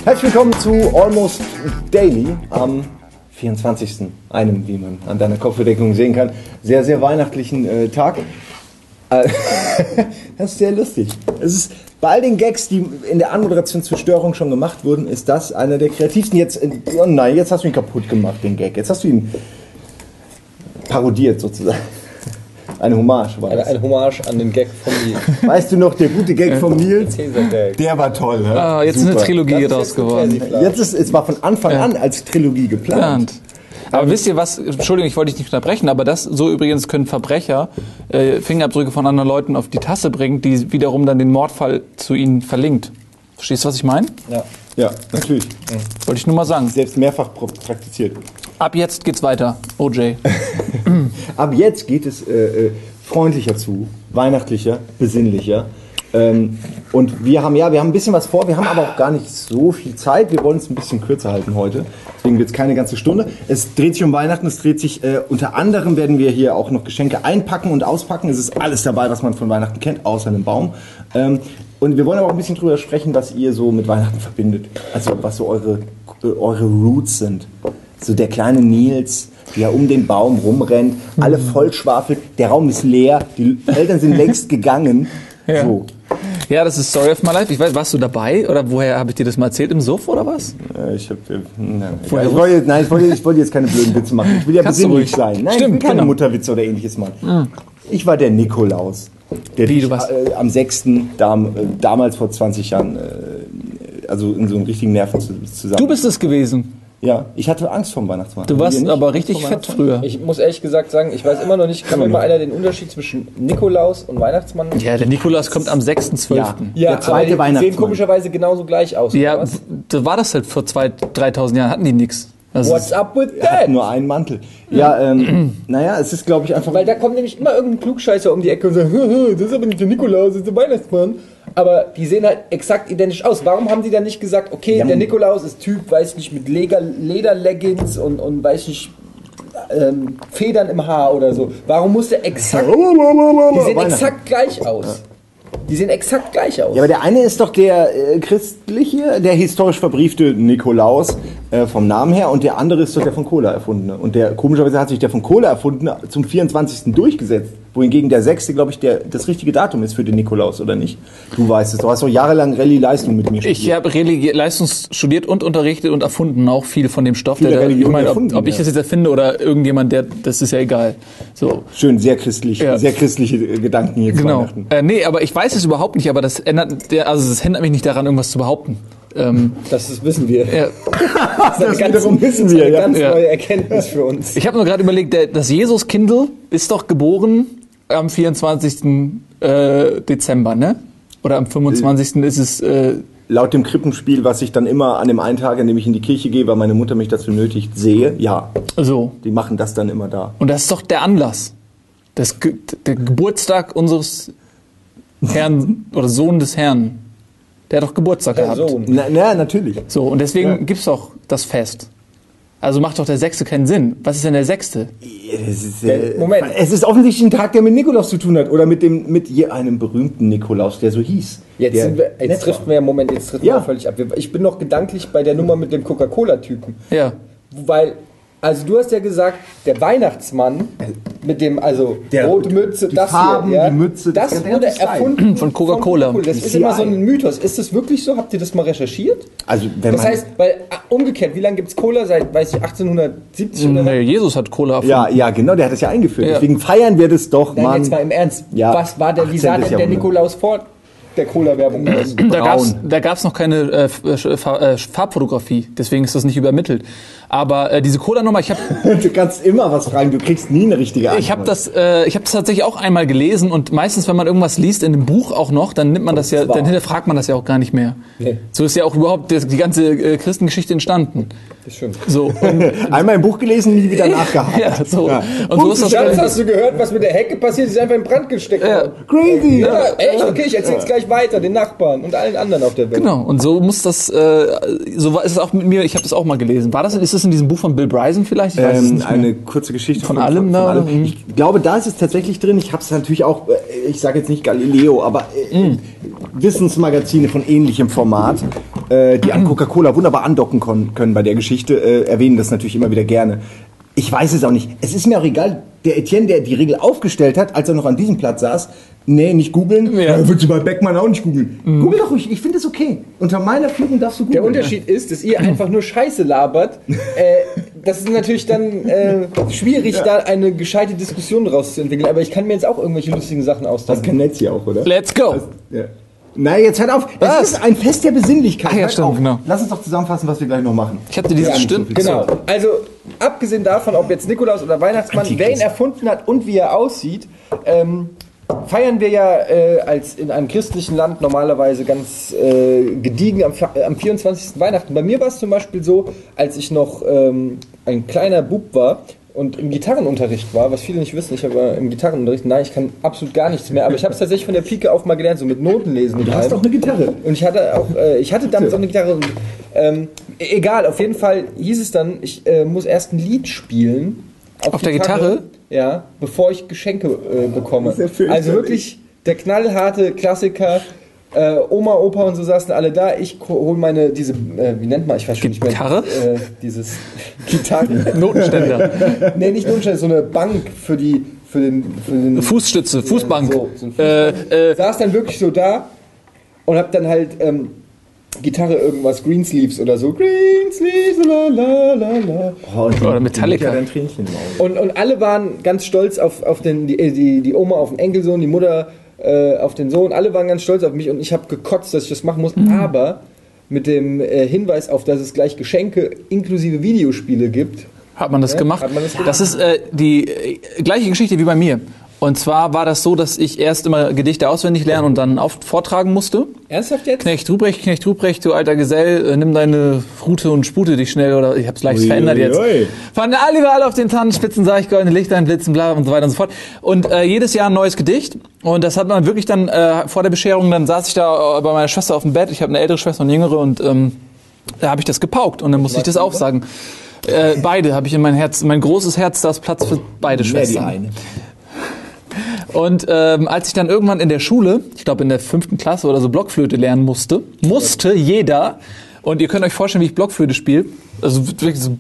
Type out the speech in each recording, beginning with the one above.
Herzlich willkommen zu Almost Daily am 24. einem, wie man an deiner Kopfbedeckung sehen kann, sehr, sehr weihnachtlichen Tag. Das ist sehr lustig. Es ist bei all den Gags, die in der Anmoderation zur Störung schon gemacht wurden, ist das einer der kreativsten. Jetzt, oh nein, jetzt hast du ihn kaputt gemacht, den Gag. Jetzt hast du ihn parodiert sozusagen. Eine Hommage war das. Eine Hommage an den Gag von Nils. Weißt du noch, der gute Gag von Nils? Der war toll. Jetzt ist eine Trilogie daraus geworden. Es war von Anfang an als Trilogie geplant. Aber wisst ihr was, Entschuldigung, ich wollte dich nicht unterbrechen, aber so übrigens können Verbrecher Fingerabdrücke von anderen Leuten auf die Tasse bringen, die wiederum dann den Mordfall zu ihnen verlinkt. Verstehst du, was ich meine? Ja, natürlich. Wollte ich nur mal sagen. Selbst mehrfach praktiziert. Ab jetzt geht's weiter, OJ. Ab jetzt geht es freundlicher zu, weihnachtlicher, besinnlicher. Und wir haben ein bisschen was vor, wir haben aber auch gar nicht so viel Zeit. Wir wollen es ein bisschen kürzer halten heute, deswegen wird es keine ganze Stunde. Es dreht sich um Weihnachten, es dreht sich, unter anderem werden wir hier auch noch Geschenke einpacken und auspacken. Es ist alles dabei, was man von Weihnachten kennt, außer einem Baum. Und wir wollen aber auch ein bisschen drüber sprechen, was ihr so mit Weihnachten verbindet. Also was so eure Roots sind. So der kleine Nils, der um den Baum rumrennt, alle vollschwafelt, der Raum ist leer, die Eltern sind längst gegangen. Ja. So. Ja, das ist Story of My Life. Ich weiß, warst du dabei? Oder woher habe ich dir das mal erzählt? Im Suff oder was? Ich wollte jetzt keine blöden Witze machen. Ich will ja besinnlich sein. Nein, Stimmt, ich will keine Mutterwitze oder ähnliches machen. Ich war der Nikolaus. Du warst? Am 6. damals vor 20 Jahren, also in so einem richtigen Nerven zusammen. Du bist es gewesen. Ja, ich hatte Angst vor dem Weihnachtsmann. Du warst aber richtig fett früher. Ich muss ehrlich gesagt sagen, ich weiß immer noch nicht, kann mir mal einer den Unterschied zwischen Nikolaus und Weihnachtsmann? Ja, der Nikolaus kommt am 6.12. Ja, der zweite Weihnachtsmann. Die sehen komischerweise genauso gleich aus. Ja, da war das halt vor 2.000, 3.000 Jahren, hatten die nix. What's up with Er hat that? nur einen Mantel. Ja, naja, es ist, glaube ich, einfach... Weil da kommt nämlich immer irgendein Klugscheißer um die Ecke und sagt, das ist aber nicht der Nikolaus, das ist der Weihnachtsmann. Aber die sehen halt exakt identisch aus. Warum haben die dann nicht gesagt, okay, der Nikolaus ist Typ, weiß nicht, mit Lederleggings und weiß nicht, Federn im Haar oder so. Warum muss der exakt... Die sehen exakt gleich aus. Die sehen exakt gleich aus. Ja, aber der eine ist doch der christliche, der historisch verbriefte Nikolaus vom Namen her, und der andere ist doch der von Cola erfundene. Und komischerweise hat sich der von Cola erfundene zum 24. durchgesetzt. Wohingegen der 6., glaube ich, das richtige Datum ist für den Nikolaus, oder nicht? Du weißt es, du hast doch jahrelang Rallye-Leistung mit mir studiert. Ich habe Rallye-Leistung studiert und unterrichtet und erfunden, auch viel von dem Stoff. Ob ich das jetzt erfinde oder irgendjemand, das ist ja egal. So. Schön, sehr christliche Gedanken jetzt. Genau. Weihnachten. Nee, aber ich weiß es überhaupt nicht, aber das hindert mich nicht daran, irgendwas zu behaupten. Das wissen wir. Ja. Das wiederum wissen wir, ja. Ganz neue Erkenntnis für uns. Ich habe nur gerade überlegt, das Jesuskindl ist doch geboren am 24. Dezember, ne? Oder am 25. ist es... Laut dem Krippenspiel, was ich dann immer an dem einen Tag, an dem ich in die Kirche gehe, weil meine Mutter mich dazu nötigt, sehe, ja. So. Die machen das dann immer da. Und das ist doch der Anlass. Der Geburtstag unseres Herrn oder Sohn des Herrn. Der hat doch Geburtstag gehabt. Na, natürlich. So, und deswegen gibt's doch das Fest. Also macht doch der 6. keinen Sinn. Was ist denn der 6.? Moment. Es ist offensichtlich ein Tag, der mit Nikolaus zu tun hat. Oder mit einem berühmten Nikolaus, der so hieß. Jetzt trifft mir völlig ab. Ich bin noch gedanklich bei der Nummer mit dem Coca-Cola-Typen. Ja. Weil, also du hast ja gesagt, der Weihnachtsmann mit dem, der rote Mütze, die Farben, die Mütze, das wurde erfunden von Coca-Cola. Das ist immer so ein Mythos. Ist das wirklich so? Habt ihr das mal recherchiert? Also, das heißt, weil umgekehrt, wie lange gibt es Cola? Seit, weiß ich, 1870 oder so? Nee, Jesus hat Cola erfunden. Ja, genau, der hat das ja eingeführt. Ja. Deswegen feiern wir das doch, Nein, Mann. jetzt mal im Ernst. Ja, Wie sah denn der Nikolaus vor der Cola-Werbung aus? Da gab's noch keine Farbfotografie, deswegen ist das nicht übermittelt. Aber diese Cola-Nummer, Du kannst immer was fragen, du kriegst nie eine richtige Antwort. ich habe das tatsächlich auch einmal gelesen, und meistens, wenn man irgendwas liest in einem Buch auch noch, dann nimmt man das ja, dann hinterfragt man das ja auch gar nicht mehr. Nee. So ist ja auch überhaupt die ganze Christengeschichte entstanden. Das stimmt. So, einmal ein Buch gelesen, nie wieder nachgehakt. Ja, so. Ja. Und so ist das. Schatz, hast du gehört, was mit der Hecke passiert? Sie ist einfach in Brand gesteckt. Ja. Crazy! Ja, echt? Okay, ich erzähl's gleich weiter, den Nachbarn und allen anderen auf der Welt. Genau, und so muss das, so ist es auch mit mir, ich habe das auch mal gelesen. Ist das in diesem Buch von Bill Bryson vielleicht? Ich weiß es nicht eine mehr. kurze Geschichte von allem. Ich glaube, da ist es tatsächlich drin. Ich habe es natürlich auch, ich sage jetzt nicht Galileo, aber Wissensmagazine von ähnlichem Format. die an Coca-Cola wunderbar andocken können bei der Geschichte, erwähnen das natürlich immer wieder gerne. Ich weiß es auch nicht. Es ist mir auch egal. Der Etienne, der die Regel aufgestellt hat, als er noch an diesem Platz saß, nee, nicht googeln. Ja. Würdest du bei Beckmann auch nicht googeln. Google doch ruhig, ich finde es okay. Unter meiner Führung darfst du googeln. Der Unterschied ist, dass ihr einfach nur Scheiße labert. Das ist natürlich dann schwierig, da eine gescheite Diskussion rauszuentwickeln. Aber ich kann mir jetzt auch irgendwelche lustigen Sachen Das ausdenken. kann Netz hier auch, oder? Let's go! Ja. Nein, jetzt hört auf. Was? Es ist ein Fest der Besinnlichkeit. Ach ja, Hört stimmt, auf. genau. Lass uns doch zusammenfassen, was wir gleich noch machen. Ich hatte dieses Ja, nicht so Stimmt. viel. Genau. Also, abgesehen davon, ob jetzt Nikolaus oder Weihnachtsmann, Antichrist. wer ihn erfunden hat und wie er aussieht, feiern wir ja als in einem christlichen Land normalerweise ganz gediegen am 24. Weihnachten. Bei mir war es zum Beispiel so, als ich noch ein kleiner Bub war und im Gitarrenunterricht war, was viele nicht wissen, ich habe im Gitarrenunterricht, nein, ich kann absolut gar nichts mehr, aber ich habe es tatsächlich von der Pike auf mal gelernt, so mit Noten lesen. Du hast doch eine Gitarre. Und ich hatte dann so eine Gitarre. Und, egal, auf jeden Fall hieß es dann, ich muss erst ein Lied spielen. Auf der Gitarre? Ja, bevor ich Geschenke bekomme. Das ist ja fürchterlich. Also wirklich der knallharte Klassiker. Oma, Opa und so saßen alle da. Ich hole meine, wie nennt man, ich weiß schon nicht mehr. Gitarre? Dieses Gitarre. Notenständer. Nee, nicht Notenständer, so eine Bank für den Fußstütze, Fußbank. so ein Fußbank. Saß dann wirklich so da und hab dann halt Gitarre irgendwas, Greensleeves oder so. Greensleeves, la la la la. Oder Metallica. Ein Tränchen im Auge. Und alle waren ganz stolz auf die Oma auf den Enkelsohn, die Mutter auf den Sohn. Alle waren ganz stolz auf mich und ich habe gekotzt, dass ich das machen muss. Aber mit dem Hinweis auf, dass es gleich Geschenke inklusive Videospiele gibt. Hat man das gemacht? Hat man das gemacht? Das ist die gleiche Geschichte wie bei mir. Und zwar war das so, dass ich erst immer Gedichte auswendig lernen und dann vortragen musste. Ernsthaft jetzt? Knecht Ruprecht, du alter Gesell, nimm deine Rute und spute dich schnell, oder ich hab's leicht verändert jetzt. Fahren alle überall auf den Tannenspitzen, sag ich, goldene Lichter, Blitzen, bla und so weiter und so fort. Und jedes Jahr ein neues Gedicht. Und das hat man wirklich dann vor der Bescherung, dann saß ich da bei meiner Schwester auf dem Bett, ich habe eine ältere Schwester und eine jüngere, und da habe ich das gepaukt und dann musste ich das aufsagen. Beide habe ich in mein Herz, mein großes Herz, da ist Platz für beide Schwestern. Und als ich dann irgendwann in der Schule, ich glaube in der 5. Klasse oder so, Blockflöte lernen musste jeder, und ihr könnt euch vorstellen, wie ich Blockflöte spiele, also wirklich so,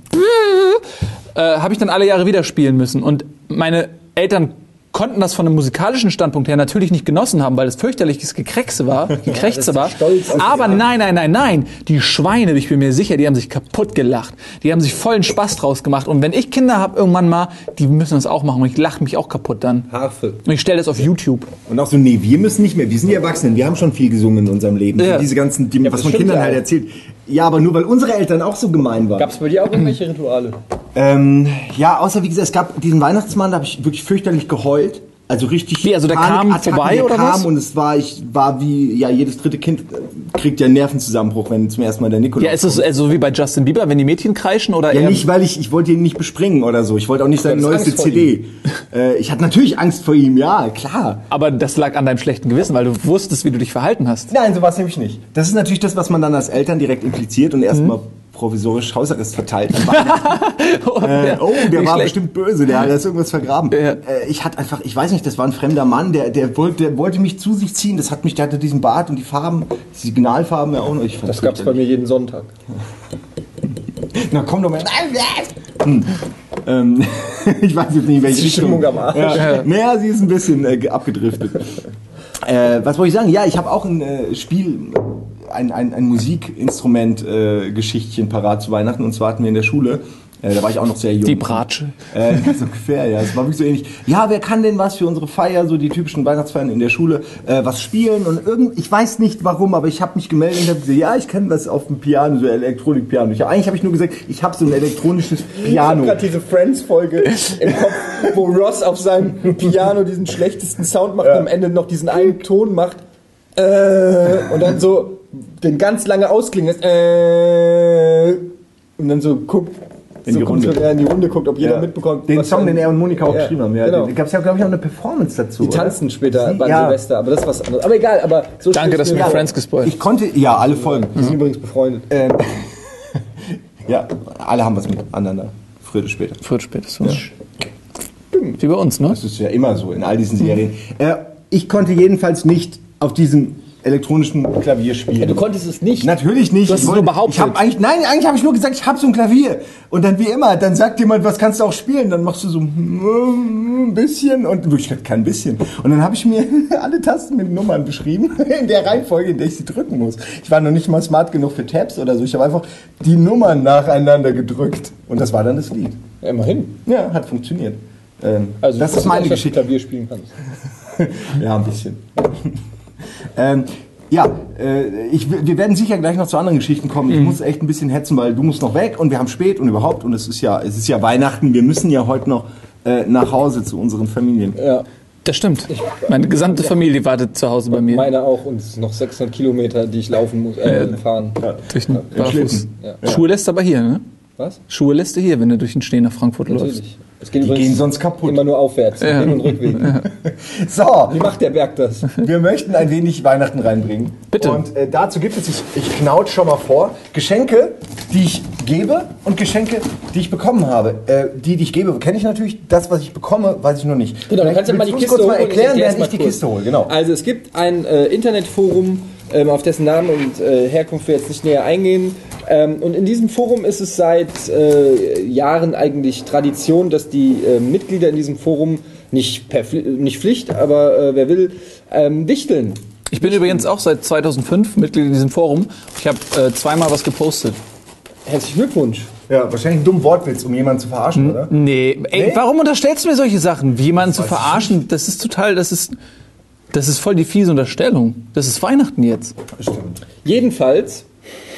habe ich dann alle Jahre wieder spielen müssen. Und meine Eltern konnten das von einem musikalischen Standpunkt her natürlich nicht genossen haben, weil es fürchterliches Gekrächze war. Aber nein, die Schweine, ich bin mir sicher, die haben sich kaputt gelacht. Die haben sich vollen Spaß draus gemacht. Und wenn ich Kinder habe irgendwann mal, die müssen das auch machen. Und ich lache mich auch kaputt dann. Harfe. Und ich stelle das auf YouTube. Und auch so, nee, wir müssen nicht mehr, wir sind die Erwachsenen, wir haben schon viel gesungen in unserem Leben. Ja. Diese ganzen, was man stimmt Kindern ja halt auch. erzählt. Ja, aber nur weil unsere Eltern auch so gemein waren. Gab es bei dir auch irgendwelche Rituale? Ja, außer wie gesagt, es gab diesen Weihnachtsmann, da habe ich wirklich fürchterlich geheult. Also richtig. Wie, also der kam Panikattacken, vorbei, der oder kam was? Und es war, ich war wie, ja, jedes dritte Kind kriegt ja einen Nervenzusammenbruch, wenn zum ersten Mal der Nikolaus Ja, ist es so wie bei Justin Bieber, wenn die Mädchen kreischen, oder Ja, eher nicht, weil ich wollte ihn nicht bespringen oder so. Ich wollte auch nicht seine Du hattest neueste Angst vor CD. Ich hatte natürlich Angst vor ihm, ja, klar. Aber das lag an deinem schlechten Gewissen, weil du wusstest, wie du dich verhalten hast. Nein, so war es nämlich nicht. Das ist natürlich das, was man dann als Eltern direkt impliziert und erstmal provisorisch Hausarrest verteilt. Der Nicht war schlecht. bestimmt böse, der hat ist irgendwas vergraben. Ja. Ich hatte einfach, ich weiß nicht, das war ein fremder Mann, der wollte mich zu sich ziehen, der hatte diesen Bart und die Farben, die Signalfarben ja auch noch. Ich Das gab es bei mir jeden Sonntag. Na komm doch mal. Ich weiß jetzt nicht, welche Die Stimmung am Arsch. Ja. Naja, sie ist ein bisschen abgedriftet. Was wollte ich sagen? Ja, ich habe auch ein Spiel, ein Musikinstrument-Geschichtchen parat zu Weihnachten. Und zwar hatten wir in der Schule, da war ich auch noch sehr jung. Die Bratsche. So ungefähr, ja. Es war wirklich so ähnlich. Ja, wer kann denn was für unsere Feier, so die typischen Weihnachtsfeiern in der Schule, was spielen? Und ich weiß nicht warum, aber ich habe mich gemeldet und habe gesagt, ja, ich kann was auf dem Piano, so Elektronik-Piano. Eigentlich habe ich nur gesagt, ich habe so ein elektronisches Ich habe Piano. gerade diese Friends-Folge im Kopf, wo Ross auf seinem Piano diesen schlechtesten Sound macht und am Ende noch diesen einen Ton macht und dann so den ganz lange ausklingen lässt und dann so guckt, In die Runde. in die Runde guckt, ob jeder mitbekommt. Den was Song, dann- den er und Monika auch Ja, geschrieben haben. Ja, genau. Da gab es ja, glaube ich, auch eine Performance dazu. Die tanzen später beim Ja. Silvester, aber das ist was anderes. Aber egal, aber so Danke, dass du mir ja, Friends gespoilt. Ich konnte, ja, alle Folgen. Wir sind übrigens befreundet. Ja, alle haben was miteinander. Früher oder später. Früher spätestens. Wie bei uns, ne? Das ist ja immer so in all diesen Serien. Ich konnte jedenfalls nicht auf diesem elektronischen Klavier spielen. Ja, du konntest es nicht. Natürlich nicht. Du hast es nur behauptet. Eigentlich habe ich nur gesagt, ich habe so ein Klavier. Und dann wie immer, dann sagt jemand, was kannst du auch spielen? Dann machst du so ein bisschen und wirklich kein bisschen. Und dann habe ich mir alle Tasten mit Nummern beschrieben, in der Reihenfolge, in der ich sie drücken muss. Ich war noch nicht mal smart genug für Tabs oder so. Ich habe einfach die Nummern nacheinander gedrückt. Und das war dann das Lied. Ja, immerhin. Ja, hat funktioniert. Also das ist meine Geschichte. Klavier spielen kannst. Ja, ein bisschen. Wir werden sicher gleich noch zu anderen Geschichten kommen. Ich muss echt ein bisschen hetzen, weil du musst noch weg und wir haben spät und überhaupt und es ist ja Weihnachten. Wir müssen ja heute noch nach Hause zu unseren Familien. Ja. Das stimmt. Meine gesamte Familie wartet zu Hause bei mir. Meine auch und es sind noch 600 Kilometer, die ich laufen muss, fahren. Durch den Barfuß. Ja. Schuhe lässt aber hier, ne? Was? Schuhe lässt du hier, wenn du durch den Schnee nach Frankfurt läufst. Natürlich. Es geht Die übrigens gehen sonst kaputt. immer nur aufwärts, Hin- und Rückweg. So, Wie macht der Berg das? wir möchten ein wenig Weihnachten reinbringen. Bitte. Und dazu gibt es, ich knaut schon mal vor, Geschenke, die ich gebe und Geschenke, die ich bekommen habe. Die ich gebe, kenne ich natürlich. Das, was ich bekomme, weiß ich noch nicht. Genau, du kannst ja mal die Willst Kiste kurz mal holen. erklären, während ich mal die kurz. Kiste hole. Genau. Also es gibt ein Internetforum, auf dessen Namen und Herkunft wir jetzt nicht näher eingehen. Und in diesem Forum ist es seit Jahren eigentlich Tradition, dass die Mitglieder in diesem Forum nicht Pflicht, aber wer will, wichteln. Ich bin übrigens auch seit 2005 Mitglied in diesem Forum. Ich habe zweimal was gepostet. Herzlichen Glückwunsch. Ja, wahrscheinlich ein dummer Wortwitz, um jemanden zu verarschen, oder? Nee. Ey, Nee? warum unterstellst du mir solche Sachen? Wie jemanden zu verarschen, das ist voll die fiese Unterstellung. Das ist Weihnachten jetzt. Bestimmt. Jedenfalls,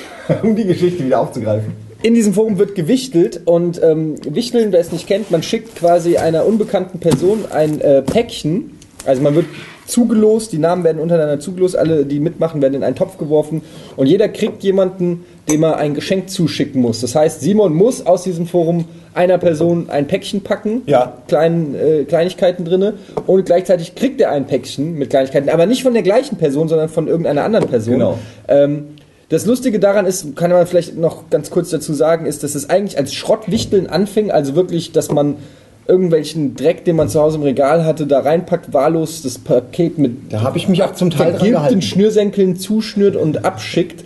Um die Geschichte wieder aufzugreifen. in diesem Forum wird gewichtelt und Wichteln, wer es nicht kennt, man schickt quasi einer unbekannten Person ein Päckchen, also man wird zugelost, die Namen werden untereinander zugelost, alle, die mitmachen, werden in einen Topf geworfen und jeder kriegt jemanden, dem er ein Geschenk zuschicken muss. Das heißt, Simon muss aus diesem Forum einer Person ein Päckchen packen, Ja. Kleinigkeiten drinne und gleichzeitig kriegt er ein Päckchen mit Kleinigkeiten, aber nicht von der gleichen Person, sondern von irgendeiner anderen Person. Genau. Das Lustige daran ist, kann man vielleicht noch ganz kurz dazu sagen, ist, dass es eigentlich als Schrottwichteln anfing, also wirklich, dass man irgendwelchen Dreck, den man zu Hause im Regal hatte, da reinpackt, wahllos das Paket mit Da habe ich mich auch zum Teil dran vergilbten gehalten. Schnürsenkeln zuschnürt und abschickt.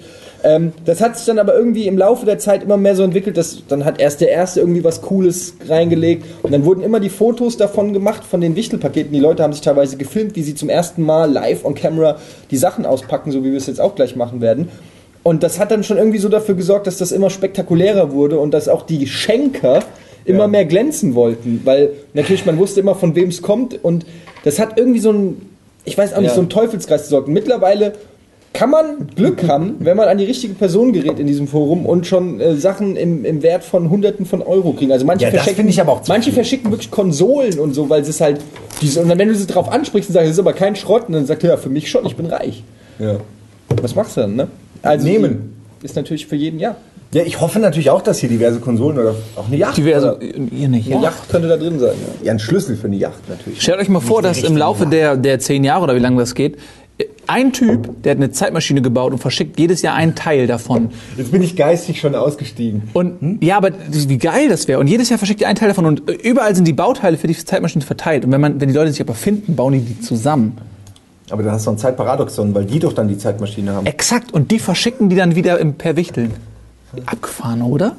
Das hat sich dann aber irgendwie im Laufe der Zeit immer mehr so entwickelt, dass dann hat erst der Erste irgendwie was Cooles reingelegt und dann wurden immer die Fotos davon gemacht, von den Wichtelpaketen. Die Leute haben sich teilweise gefilmt, wie sie zum ersten Mal live on camera die Sachen auspacken, so wie wir es jetzt auch gleich machen werden. Und das hat dann schon irgendwie so dafür gesorgt, dass das immer spektakulärer wurde und dass auch die Schenker immer mehr glänzen wollten, weil natürlich man wusste immer, von wem es kommt und das hat irgendwie so ein, ich weiß auch nicht, so ein Teufelskreis gesorgt. Mittlerweile kann man Glück haben, wenn man an die richtige Person gerät in diesem Forum und schon Sachen im Wert von Hunderten von Euro kriegen. Also manche das finde ich aber auch zu manche viel. verschicken wirklich Konsolen und so, weil es ist halt, und dann wenn du sie drauf ansprichst und sagst, das ist aber kein Schrott, und dann sagt er, ja, für mich schon, ich bin reich. Ja. Was machst du dann, ne? Also Nehmen. ist natürlich für jeden, ja. Ja, ich hoffe natürlich auch, dass hier diverse Konsolen oder auch eine Yacht. Diverse, oder, ihr nicht, Eine ja. Yacht könnte da drin sein. Ja. ja, ein Schlüssel für eine Yacht natürlich. Stellt euch mal vor, dass im Laufe der 10 Jahre oder wie lange das geht, ein Typ, der hat eine Zeitmaschine gebaut und verschickt jedes Jahr einen Teil davon. Jetzt bin ich geistig schon ausgestiegen. Und ja, aber wie geil das wäre. Und jedes Jahr verschickt ihr einen Teil davon und überall sind die Bauteile für die Zeitmaschine verteilt. Und wenn die Leute sich aber finden, bauen die zusammen. Aber dann hast du ein Zeitparadoxon, weil die doch dann die Zeitmaschine haben. Exakt. Und die verschicken die dann wieder per Wichteln. Abgefahren, oder?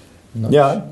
Ja.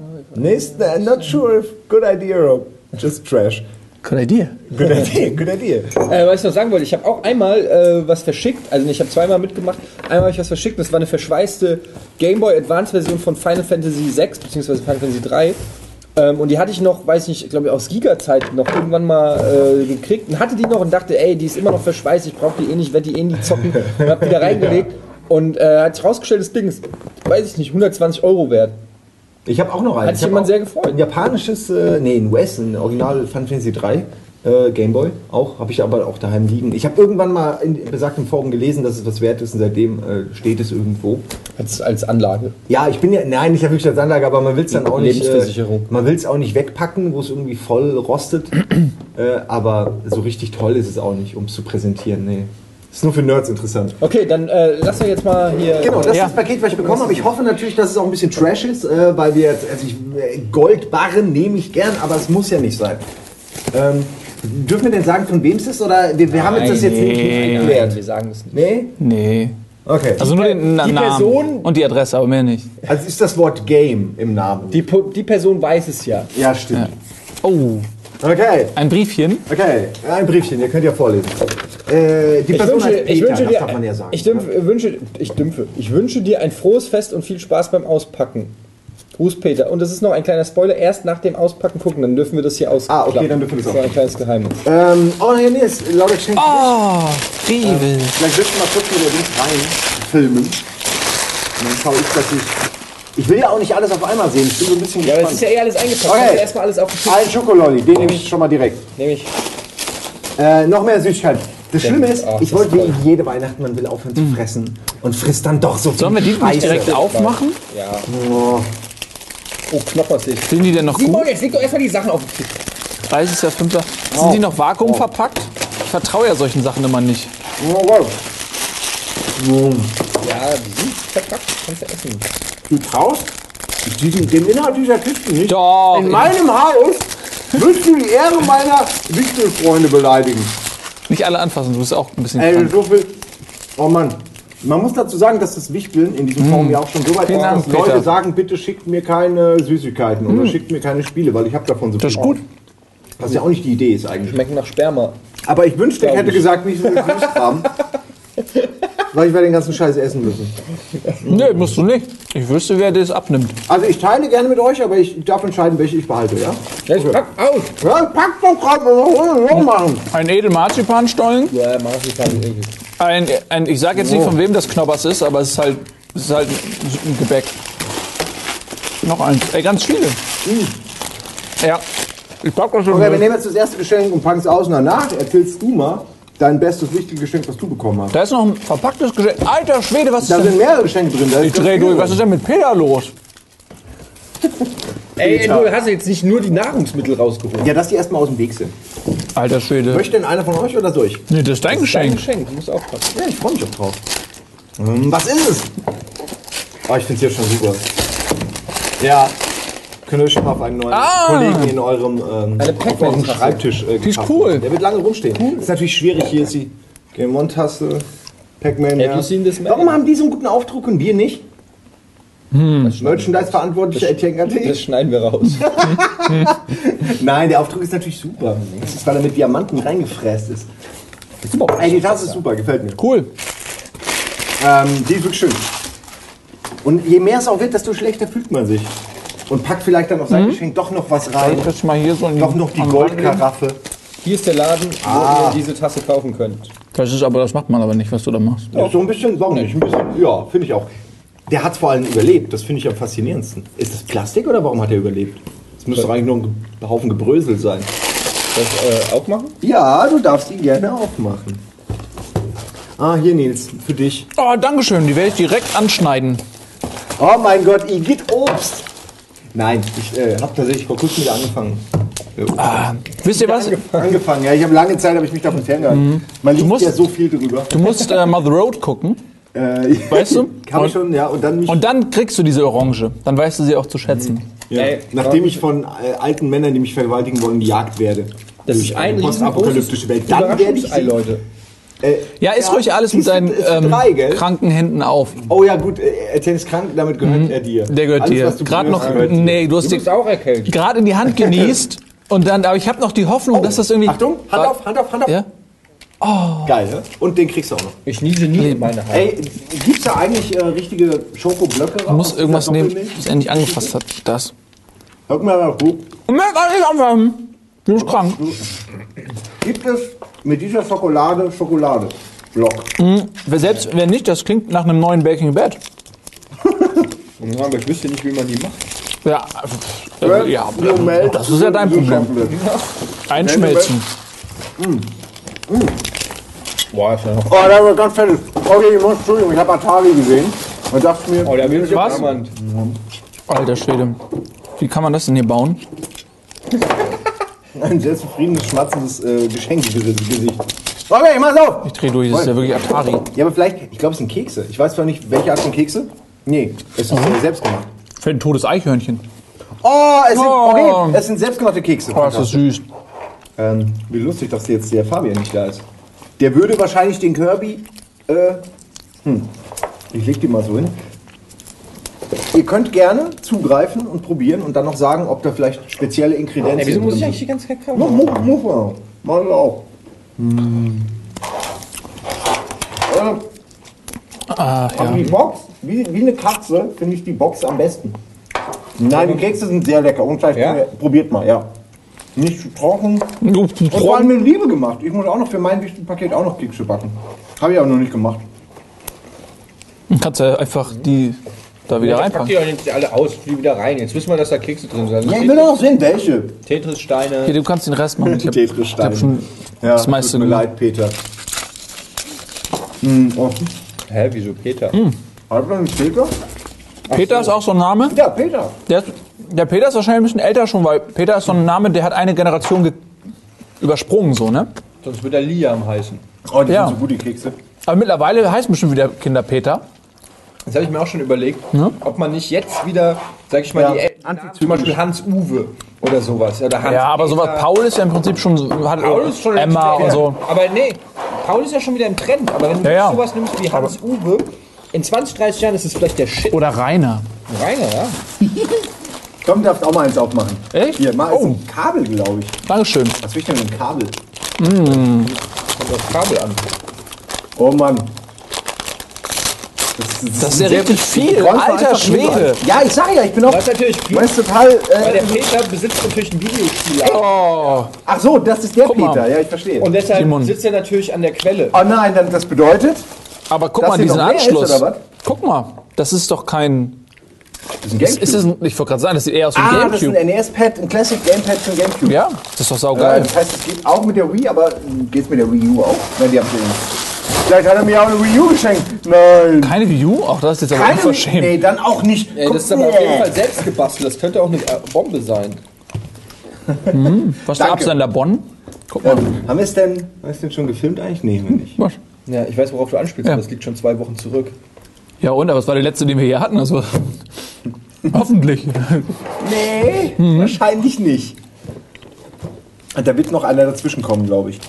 Not sure if good idea or just trash. Good idea. Good idea, good idea. Was ich noch sagen wollte, ich habe auch einmal was verschickt, also ich habe zweimal mitgemacht, einmal habe ich was verschickt, das war eine verschweißte Game Boy Advance Version von Final Fantasy 6 bzw. Final Fantasy 3 und die hatte ich noch, weiß nicht, ich glaube aus Giga-Zeit noch irgendwann mal gekriegt und hatte die noch und dachte, ey, die ist immer noch verschweißt, ich brauche die eh nicht, werde die eh nie zocken und habe die da reingelegt und hat sich rausgestellt, das Ding ist, weiß ich nicht, 120 € wert. Ich habe auch noch einen. Hat sich jemand sehr gefreut. Ein japanisches, ein US, ein Original Final Fantasy 3 Gameboy auch, habe ich aber auch daheim liegen. Ich habe irgendwann mal in besagtem Forum gelesen, dass es was wert ist und seitdem steht es irgendwo. Als Anlage. Ja, nicht wirklich als Anlage, aber man will es dann auch nicht, Lebensversicherung. man will es auch nicht wegpacken, wo es irgendwie voll rostet, aber so richtig toll ist es auch nicht, um es zu präsentieren, nee. Ist nur für Nerds interessant. Okay, dann lass uns jetzt mal hier... Genau, das ist das Paket, was ich bekommen habe. Ich hoffe natürlich, dass es auch ein bisschen Trash ist, weil wir jetzt, Goldbarren nehme ich gern, aber es muss ja nicht sein. Dürfen wir denn sagen, von wem es ist? Oder wir haben jetzt das jetzt nicht geklärt. Wir sagen das nicht. Nee? Nee. Okay. Also nur den Namen Person- und die Adresse, aber mehr nicht. Also ist das Wort Game im Namen? Die Person weiß es ja. Ja, stimmt. Ja. Oh, Okay. ein Briefchen. Okay, ein Briefchen, ihr könnt ja vorlesen. Die Person heißt Peter, das darf man ja sagen. Ich wünsche dir ein frohes Fest und viel Spaß beim Auspacken. Gruß Peter. Und das ist noch ein kleiner Spoiler. Erst nach dem Auspacken gucken, dann dürfen wir das hier ausklappen. okay, dann dürfen wir das Das ist ein kleines Geheimnis. hier Nils, lauter Geschenk. Oh, Riebel. Vielleicht willst du mal kurz mit der Dings reinfilmen. Und dann schaue ich, dass ich will ja auch nicht alles auf einmal sehen. Ich bin so ein bisschen Ja, aber es gespannt. ist ja eh alles eingepackt. Okay. Also erstmal alles auf den Tisch. Ein Schokololli, den nehme ich schon mal direkt. Nämlich. Noch mehr Süßigkeiten. Das Schlimme ist, Ach, ich das wollte ist wie jede Weihnachten, man will aufhören zu fressen und frisst dann doch so viel Sollen wir die nicht Scheiße. direkt aufmachen? Ja. Oh. Oh, Knoppersee. Sind die denn noch Simon, gut? jetzt leg doch erstmal die Sachen auf den Tisch. 30.05. Sind die noch vakuumverpackt? Ich vertraue ja solchen Sachen immer nicht. Oh Gott. Ja, die sind verpackt. Kannst du essen. Du traust den Inhalt dieser Kisten nicht? Doch. In meinem Haus willst du die Ehre meiner Wichtelfreunde beleidigen. Nicht alle anfassen, du bist auch ein bisschen Ey, krank. so viel. Oh Mann. Man muss dazu sagen, dass das Wichteln in diesem Forum ja auch schon so weit Vielen ist, Dank, dass Leute Peter. sagen, bitte schickt mir keine Süßigkeiten oder schickt mir keine Spiele, weil ich habe davon so viel. Das ist gut. Was ja auch nicht die Idee ist eigentlich. Schmecken nach Sperma. Aber ich wünschte, ich Glaub hätte ich. gesagt, nicht so viel Süßkram. Weil ich werde den ganzen Scheiß essen müssen. Nee, musst du nicht. Ich wüsste, wer das abnimmt. Also ich teile gerne mit euch, aber ich darf entscheiden, welche ich behalte, ja? Jetzt pack aus. Ja, pack doch gerade mal machen. Ein Edelmarzipanstollen. Ja, Marzipan ist eklig. Ich sag jetzt nicht, von wem das Knoppers ist, aber es ist halt ein Gebäck. Noch eins. Ey, ganz viele. Ja. Ich pack das schon. Okay, wir nehmen jetzt das erste Geschenk und packen es aus und danach erzählst du mal dein bestes, wichtiges Geschenk, was du bekommen hast. Da ist noch ein verpacktes Geschenk. Alter Schwede, was ist Da sind denn? mehrere Geschenke drin. Da Ich dreh durch. Was ist denn mit Peter los? Ey, du hast jetzt nicht nur die Nahrungsmittel rausgeholt. Ja, dass die erstmal aus dem Weg sind. Alter Schwede. Möchte denn einer von euch oder soll ich? Nee, das ist dein Dein Geschenk. Geschenk, du musst aufpassen. Ja, ich freue mich auch drauf. Was ist es? Oh, ich finde es hier schon super. Ja. Könnt ihr euch schon mal auf einen neuen Kollegen in eurem auf eurem Schreibtisch Die ist gekauft cool. haben. Der wird lange rumstehen. Ist natürlich schwierig. Hier ist die Game On-Taste. Pac-Man. Have you seen this man? Warum haben die so einen guten Aufdruck und wir nicht? Merchandise-Verantwortlicher Etienne Das Gatti? schneiden wir raus. Nein, der Aufdruck ist natürlich super. Das ist, weil er mit Diamanten reingefräst ist. Ey, die Tasse ist super, gefällt mir. Cool. Die ist wirklich schön. Und je mehr es auch wird, desto schlechter fühlt man sich. Und packt vielleicht dann auf sein Geschenk doch noch was rein. Ich jetzt mal hier so in Doch noch die Goldkaraffe. Hier ist der Laden, wo ihr diese Tasse kaufen könnt. Das macht man aber nicht, was du da machst. Ja, so ein bisschen, warum nicht? Ein bisschen, ja, finde ich auch. Der hat es vor allem überlebt, das finde ich am faszinierendsten. Ist das Plastik oder warum hat er überlebt? Das müsste doch eigentlich nur ein Haufen Gebrösel sein. Das aufmachen? Ja, du darfst ihn gerne aufmachen. Ah, hier Nils, für dich. Oh, Dankeschön. Die werde ich direkt anschneiden. Oh mein Gott, Igitt Obst. Nein, ich habe tatsächlich vor kurzem wieder angefangen. Wisst ihr was? Angefangen, ja. Ich habe lange Zeit ich mich davon ferngehalten. Man liest musst- ja so viel drüber. Du musst Mother Road gucken. Weißt du? Kann ich schon, ja. Und dann mich, Und dann kriegst du diese Orange. Dann weißt du sie auch zu schätzen. ja, Ey, nachdem ich von alten Männern, die mich vergewaltigen wollen, gejagt werde. Das Durch ist ein postapokalyptische Welt. Dann werde ich Überraschungsei, sie, Leute. Ja, iss ruhig alles mit deinen es sind drei, gell? kranken Händen auf. Oh ja, gut, Etienne ist krank, damit gehört er dir. Der gehört Alles, dir. was du Gerade berührst, noch, gehört dir. nee, du hast Du die bist auch erkältet. gerade in die Hand genießt und dann, aber ich habe noch die Hoffnung, dass das irgendwie. Achtung, Hand auf, Hand auf, Hand auf. Ja? Geil, ne? Und den kriegst du auch noch. Ich niese nie in meine Hand. Ey, gibt's da eigentlich richtige Schokoblöcke? Du musst irgendwas nehmen, das er nicht angefasst hat. Das. Hör mal nach, Und mehr kann ich anfangen. Du bist krank. gibt es mit dieser Schokolade Block? Selbst wenn nicht, das klingt nach einem neuen Baking Bad. Ja, aber ich wüsste nicht, wie man die macht. Ja, ja, Moment. das ist ja dein Problem. Einschmelzen. Boah, ist ja noch. Oh, da wird ganz fertig. Okay, Entschuldigung, ich habe Atari gesehen und dachte mir, Oh, der will Was? Diamant. Alter Schwede. Wie kann man das denn hier bauen? ein sehr zufriedenes, schmatzendes Geschenkgesicht. Okay, mach's auf! Ich dreh durch, das ist ja wirklich Atari. Ja, aber vielleicht, ich glaube, es sind Kekse. Ich weiß zwar nicht, welche Art von Kekse. Nee, es ist selbst gemacht. Für ein totes Eichhörnchen. Oh, Oh. es sind selbstgemachte Kekse. Oh, ist das süß. Wie lustig, dass jetzt der Fabian nicht da ist. Der würde wahrscheinlich den Kirby... ich leg die mal so hin. Ihr könnt gerne zugreifen und probieren und dann noch sagen, ob da vielleicht spezielle Ingredienzien Wieso muss ich drin eigentlich die ganze Zeit kauen? Muss man. Machen wir auch. Aber die Box, wie eine Katze, finde ich die Box am besten. Nein, die Kekse sind sehr lecker. Und vielleicht probiert mal, ja. Nicht zu trocken. Und vor allem mit Liebe gemacht. Ich muss auch noch für mein Paket auch noch Kekse backen. Habe ich aber noch nicht gemacht. Kannst du einfach die da wieder reinpacken. Pack die doch nicht alle aus, die wieder rein. Jetzt wissen wir, dass da Kekse drin sind. Ja, ich will doch noch sehen, welche. Tetris-Steine. Hier, du kannst den Rest machen. Tetris-Steine. Ja, das meiste tut mir leid, Peter. Hä, wieso Peter? Hat man nicht Peter? Peter ist auch so ein Name. Ja, Peter. Der Peter ist wahrscheinlich ein bisschen älter schon, weil Peter ist so ein Name, der hat eine Generation übersprungen, so, ne? Sonst wird er Liam heißen. Oh, die sind so gut, die Kekse. Aber mittlerweile heißen bestimmt wieder Kinder Peter. Das habe ich mir auch schon überlegt, ob man nicht jetzt wieder, sag ich mal, zum Beispiel Hans-Uwe oder sowas. Oder Hans aber sowas, Paul ist ja im Prinzip schon, hat Paul ist schon Emma und so. Aber nee, Paul ist ja schon wieder im Trend. Aber wenn du sowas nimmst wie Hans-Uwe, in 20, 30 Jahren ist es vielleicht der Shit. Oder Rainer. Rainer, ja. Komm, du darfst auch mal eins aufmachen. Echt? Hier, mal ist ein Kabel, glaube ich. Dankeschön. Was will ich denn mit dem Kabel? Kommt das Kabel an. Oh Mann. Das ist ja richtig viel. Alter Schwede. Ja, ich sag ja, ich bin auch... Das ist natürlich viel. Das ist total... Weil der Peter besitzt natürlich ein Videospiel. Oh. Ach so, das ist der Guck mal. Peter. Ja, ich verstehe. Und deshalb Simon. sitzt er natürlich an der Quelle. Oh nein, das bedeutet... Aber guck Dass mal, hier diesen noch mehr ist, Anschluss. oder was? Guck mal, das ist doch kein... Das ist ein Gamecube. Ist es ein, ich wollte gerade sagen, das sieht eher aus wie ein Das ist Gamecube. ein NES-Pad, ein Classic Gamepad für ein Gamecube. Ja, das ist doch saugeil. Das heißt, es geht auch mit der Wii, aber geht's mit der Wii U auch? Nein, die haben vielleicht hat er mir auch eine Wii U geschenkt. Nein. Keine Wii U? Auch das ist jetzt aber Keine unverschämt. Nee, dann auch nicht. Ey, das ist aber auf jeden Fall selbst gebastelt. Das könnte auch eine Bombe sein. Was ist der Absender Bonn? Guck mal. Haben wir es denn schon gefilmt eigentlich? Nee, haben wir nicht. Was? Ja, ich weiß, worauf du anspielst, Ja. aber das liegt schon 2 Wochen zurück. Ja und, aber es war der letzte, den wir hier hatten. Also hoffentlich. Nee, wahrscheinlich nicht. Da wird noch einer dazwischen kommen, glaube ich.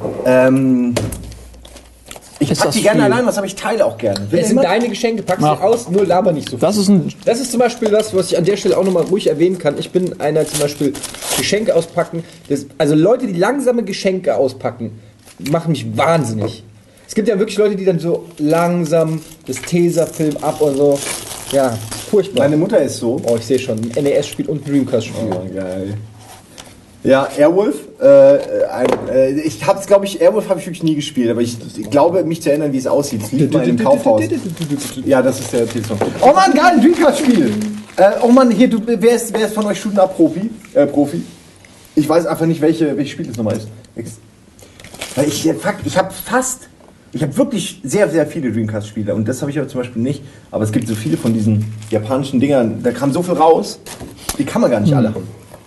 Ich Ist pack das die gerne viel? allein, aber ich teile auch gerne. Will Es sind jemand? deine Geschenke, pack sie Mach. aus, nur laber nicht so viel. Das ist ein... Das ist zum Beispiel was ich an der Stelle auch nochmal ruhig erwähnen kann. Ich bin einer zum Beispiel Geschenke auspacken. Also Leute, die langsame Geschenke auspacken, machen mich wahnsinnig. Es gibt ja wirklich Leute, die dann so langsam das Tesafilm ab und so. Ja, furchtbar. Meine Mutter ist so. Oh, ich sehe schon. Ein NES-Spiel und ein Dreamcast-Spiel. Oh, geil. Ja, Airwolf. Ich hab's, glaube ich, Airwolf habe ich wirklich nie gespielt, aber ich glaube, mich zu erinnern, wie es aussieht. Es liegt mal in dem Kaufhaus. Ja, das ist der Titelsong. Oh Mann, geil, ein Dreamcast-Spiel. Oh Mann, hier, wer ist von euch Shoot'em-Up-Profi? Ich weiß einfach nicht, welches Spiel das nochmal ist. Weil ich habe wirklich sehr, sehr viele Dreamcast-Spiele und das habe ich aber zum Beispiel nicht. Aber es gibt so viele von diesen japanischen Dingern, da kam so viel raus, die kann man gar nicht alle haben.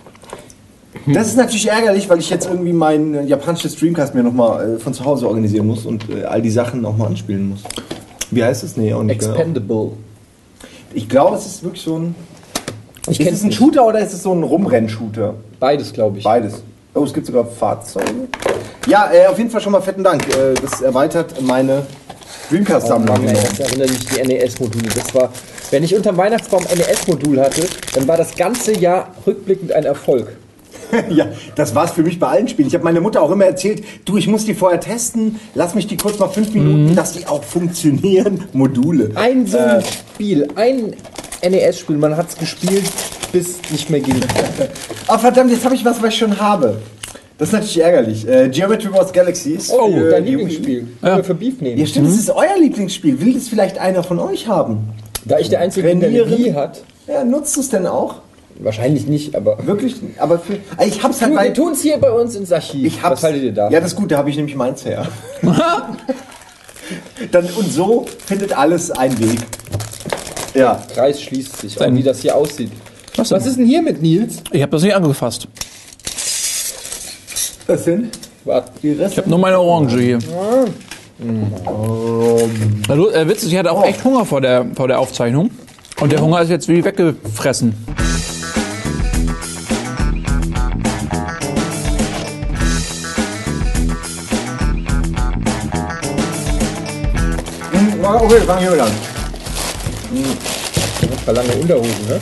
Das ist natürlich ärgerlich, weil ich jetzt irgendwie mein japanisches Dreamcast mir nochmal von zu Hause organisieren muss und all die Sachen nochmal anspielen muss. Wie heißt es? Nee, auch nicht. Expendable. Ich glaube, es ist wirklich so ein... Ich Ist kenn's es ein nicht. Shooter oder ist es so ein Rumrenn-Shooter? Beides, glaube ich. Beides. Oh, es gibt sogar Fahrzeuge. Ja, auf jeden Fall schon mal fetten Dank. Das erweitert meine Dreamcast-Sammlung. Mann, ey, das erinnert mich die NES-Module. Das war, wenn ich unterm Weihnachtsbaum NES-Modul hatte, dann war das ganze Jahr rückblickend ein Erfolg. Ja, das war's für mich bei allen Spielen. Ich habe meiner Mutter auch immer erzählt, du, ich muss die vorher testen, lass mich die kurz mal 5 Minuten, dass die auch funktionieren. Module. Ein so ein Spiel, ein NES-Spiel, man hat es gespielt, bis nicht mehr ging. Oh verdammt, jetzt habe ich was ich schon habe. Das ist natürlich ärgerlich. Geometry Wars Galaxies. Oh, für dein die Wii. Lieblingsspiel. Können wir für Beef nehmen. Ja stimmt, das ist euer Lieblingsspiel. Will das vielleicht einer von euch haben? Da ich der Einzige bin, der eine Trainieren. Wii hat. Ja, nutzt du es denn auch? Wahrscheinlich nicht, aber... Wirklich? Aber ich hab's halt Wir tun es hier bei uns ins Archiv. Ich hab's. Was haltet ihr da? Ja, das ist gut, da habe ich nämlich meins her. Und so findet alles einen Weg. Ja. Kreis schließt sich, auch wie das hier aussieht. Was Was ist denn hier mit Nils? Ich habe das nicht angefasst. Was denn? Warte. Die Reste? Ich habe nur meine Orange hier. Witzig, ich hatte auch echt Hunger vor der Aufzeichnung. Und der Hunger ist jetzt wie weggefressen. Okay, fangen wir an. Ein paar lange Unterhosen, ne?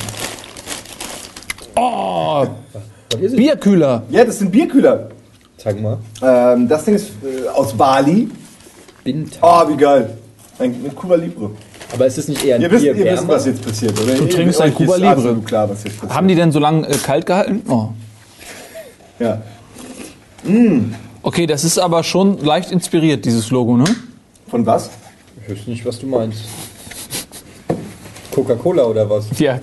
Oh, Was ist es? Bierkühler. Ja, das sind Bierkühler. Zeig mal. Das Ding ist aus Bali. Binter. Oh, wie geil. Ein Cuba Libre. Aber ist es nicht eher ein Ihr wisst, Bierwärmer? was jetzt passiert, oder? Du trinkst Euch ein Cuba ist Libre. absolut klar, was jetzt passiert. Haben die denn so lange kalt gehalten? Oh. Ja. Okay, das ist aber schon leicht inspiriert, dieses Logo, ne? Von was? Ich weiß nicht, was du meinst. Coca-Cola oder was? Ja.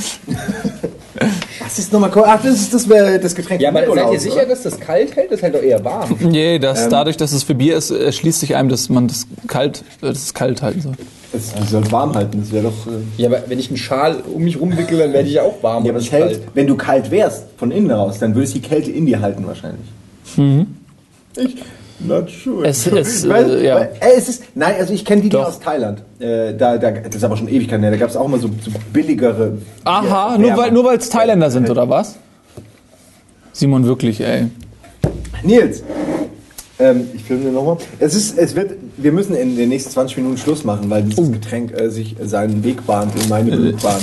Was ist nochmal? Ach, das ist das Getränk. Ja, von aber seid Nikolaus, ihr sicher, oder? dass das kalt hält? Das ist halt doch eher warm. Nee, dadurch, dass es für Bier ist, schließt sich einem, dass man das kalt halten soll. Das soll warm halten, das wäre doch... Ja, aber wenn ich einen Schal um mich rumwickel, dann werde ich ja auch warm. Ja, und aber nicht es hält, kalt. wenn du kalt wärst, von innen raus, dann würde es die Kälte in dir halten wahrscheinlich. Ich... Not sure. Es ja. ist, Es ist, nein, also ich kenne die Doch. aus Thailand. Das ist aber schon Ewigkeiten her. Da gab es auch mal so billigere... aha, Wärmer. nur weil es Thailänder sind, oder was? Simon, wirklich, ey. Nils, ich filme dir nochmal. Wir müssen in den nächsten 20 Minuten Schluss machen, weil dieses Getränk sich seinen Weg bahnt in meine Blutbahn.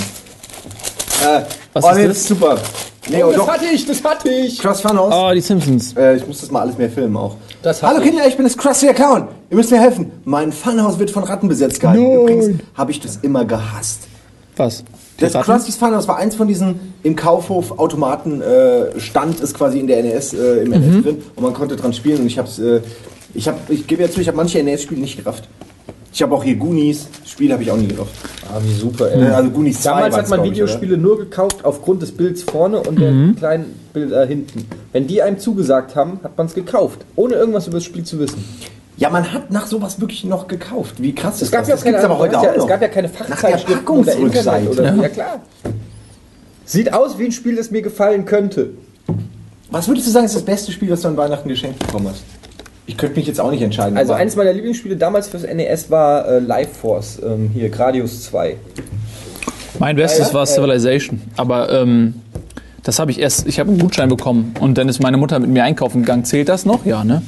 Was ist nee, das? Super. Nee, Oh, doch. das hatte ich! Cross Funhouse. Oh, die Simpsons. Ich muss das mal alles mehr filmen auch. Das hat Hallo ich. Kinder, ich bin das Krusty der Clown. Ihr müsst mir helfen. Mein Funhouse wird von Ratten besetzt gehalten. Nein. Übrigens habe ich das immer gehasst. Was? Die Das Ratten? Krusty's Funhouse war eins von diesen im Kaufhof Automaten stand ist quasi in der NES im NES drin und man konnte dran spielen und ich gebe ja zu, ich habe manche NES-Spiele nicht gerafft. Ich habe auch hier Goonies, Spiel habe ich auch nie gerafft. Ah, wie super, ey. Also Goonies 2 Damals war's, hat man glaub ich, Videospiele nur gekauft aufgrund des Bilds vorne und der kleinen Bilder hinten. Wenn die einem zugesagt haben, hat man es gekauft, ohne irgendwas über das Spiel zu wissen. Ja, man hat nach sowas wirklich noch gekauft. Wie krass Es ist gab das? ja Das gibt's aber heute auch es noch. gab ja keine Nach der Fachzeitschriften oder Internet Packungsrückseite. oder ja klar. Sieht aus wie ein Spiel, das mir gefallen könnte. Was würdest du sagen, ist das beste Spiel, das du an Weihnachten geschenkt bekommen hast? Ich könnte mich jetzt auch nicht entscheiden. Also aber- eines meiner Lieblingsspiele damals fürs NES war Life Force, hier Gradius 2. Mein Bestes Ja, war Civilization. Aber das habe ich erst. Ich habe einen Gutschein bekommen und dann ist meine Mutter mit mir einkaufen gegangen. Zählt das noch? Ja, ne?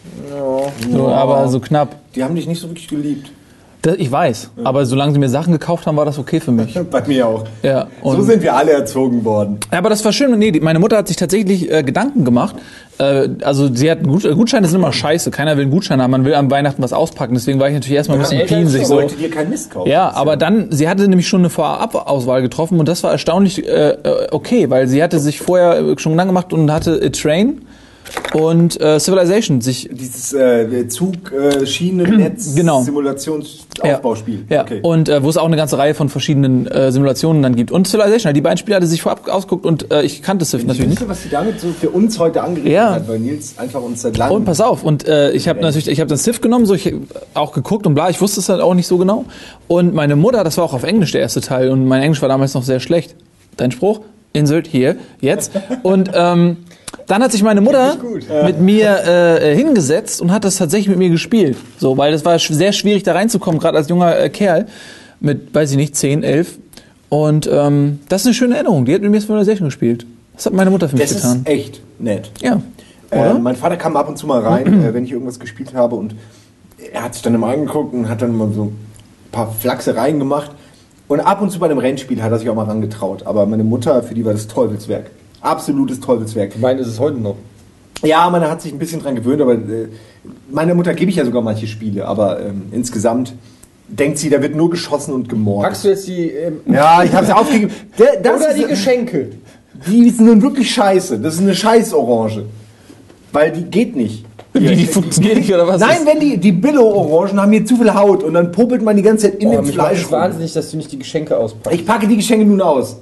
So, aber so knapp. Die haben dich nicht so wirklich geliebt. Ich weiß. Aber solange sie mir Sachen gekauft haben, war das okay für mich. Bei mir auch. Ja. Und So sind wir alle erzogen worden. Ja, aber das war schön. Nee, meine Mutter hat sich tatsächlich Gedanken gemacht. Also sie hat Gutscheine sind immer scheiße. Keiner will einen Gutschein haben. Man will am Weihnachten was auspacken. Deswegen war ich natürlich erstmal ein bisschen Eltern pinsig. Ich So. wollte dir keinen Mist kaufen. Ja, aber dann, sie hatte nämlich schon eine Vorabauswahl getroffen und das war erstaunlich okay, weil sie hatte sich vorher schon Gedanken gemacht und hatte A Train und Civilization sich Dieses Zug, Schienennetz, Genau. Simulationsaufbauspiel. Ja, Okay. und wo es auch eine ganze Reihe von verschiedenen Simulationen dann gibt. Und Civilization, die beiden Spiele hatte sich vorab ausgeguckt und ich kannte Civ Ich natürlich nicht. wüsste, was sie damit so für uns heute angerichtet Ja. hat, weil Nils einfach uns seit langem... Und pass auf, und ich habe dann Civ genommen, so ich auch geguckt und bla, ich wusste es halt auch nicht so genau. Und meine Mutter, das war auch auf Englisch der erste Teil und mein Englisch war damals noch sehr schlecht. Dein Spruch? Insert hier, jetzt. Und dann hat sich meine Mutter mit mir hingesetzt und hat das tatsächlich mit mir gespielt. So, weil das war sehr schwierig da reinzukommen, gerade als junger Kerl mit, weiß ich nicht, 10, 11. Und das ist eine schöne Erinnerung. Die hat mit mir Civilization gespielt. Das hat meine Mutter für mich Das getan. ist echt nett. Ja. Oder? Mein Vater kam ab und zu mal rein, wenn ich irgendwas gespielt habe und er hat sich dann immer angeguckt und hat dann mal so ein paar Flachsereien gemacht. Und ab und zu bei einem Rennspiel hat er sich auch mal rangetraut. Aber meine Mutter, für die war das Teufelswerk. Absolutes Teufelswerk. Ich meine, ist es heute noch. Ja, man hat sich ein bisschen dran gewöhnt, aber meiner Mutter gebe ich ja sogar manche Spiele. Aber insgesamt denkt sie, da wird nur geschossen und gemordet. Packst du jetzt die... Ja, ich habe sie aufgegeben. oder die Geschenke? Die sind nun wirklich scheiße. Das ist eine Scheißorange. Weil die geht nicht. Wie, die funktioniert nicht, oder was? Nein, wenn die Billo-Orangen haben hier zu viel Haut und dann popelt man die ganze Zeit in dem Mich macht Fleisch es rum. wahnsinnig, dass du nicht die Geschenke auspackst. Ich packe die Geschenke nun aus.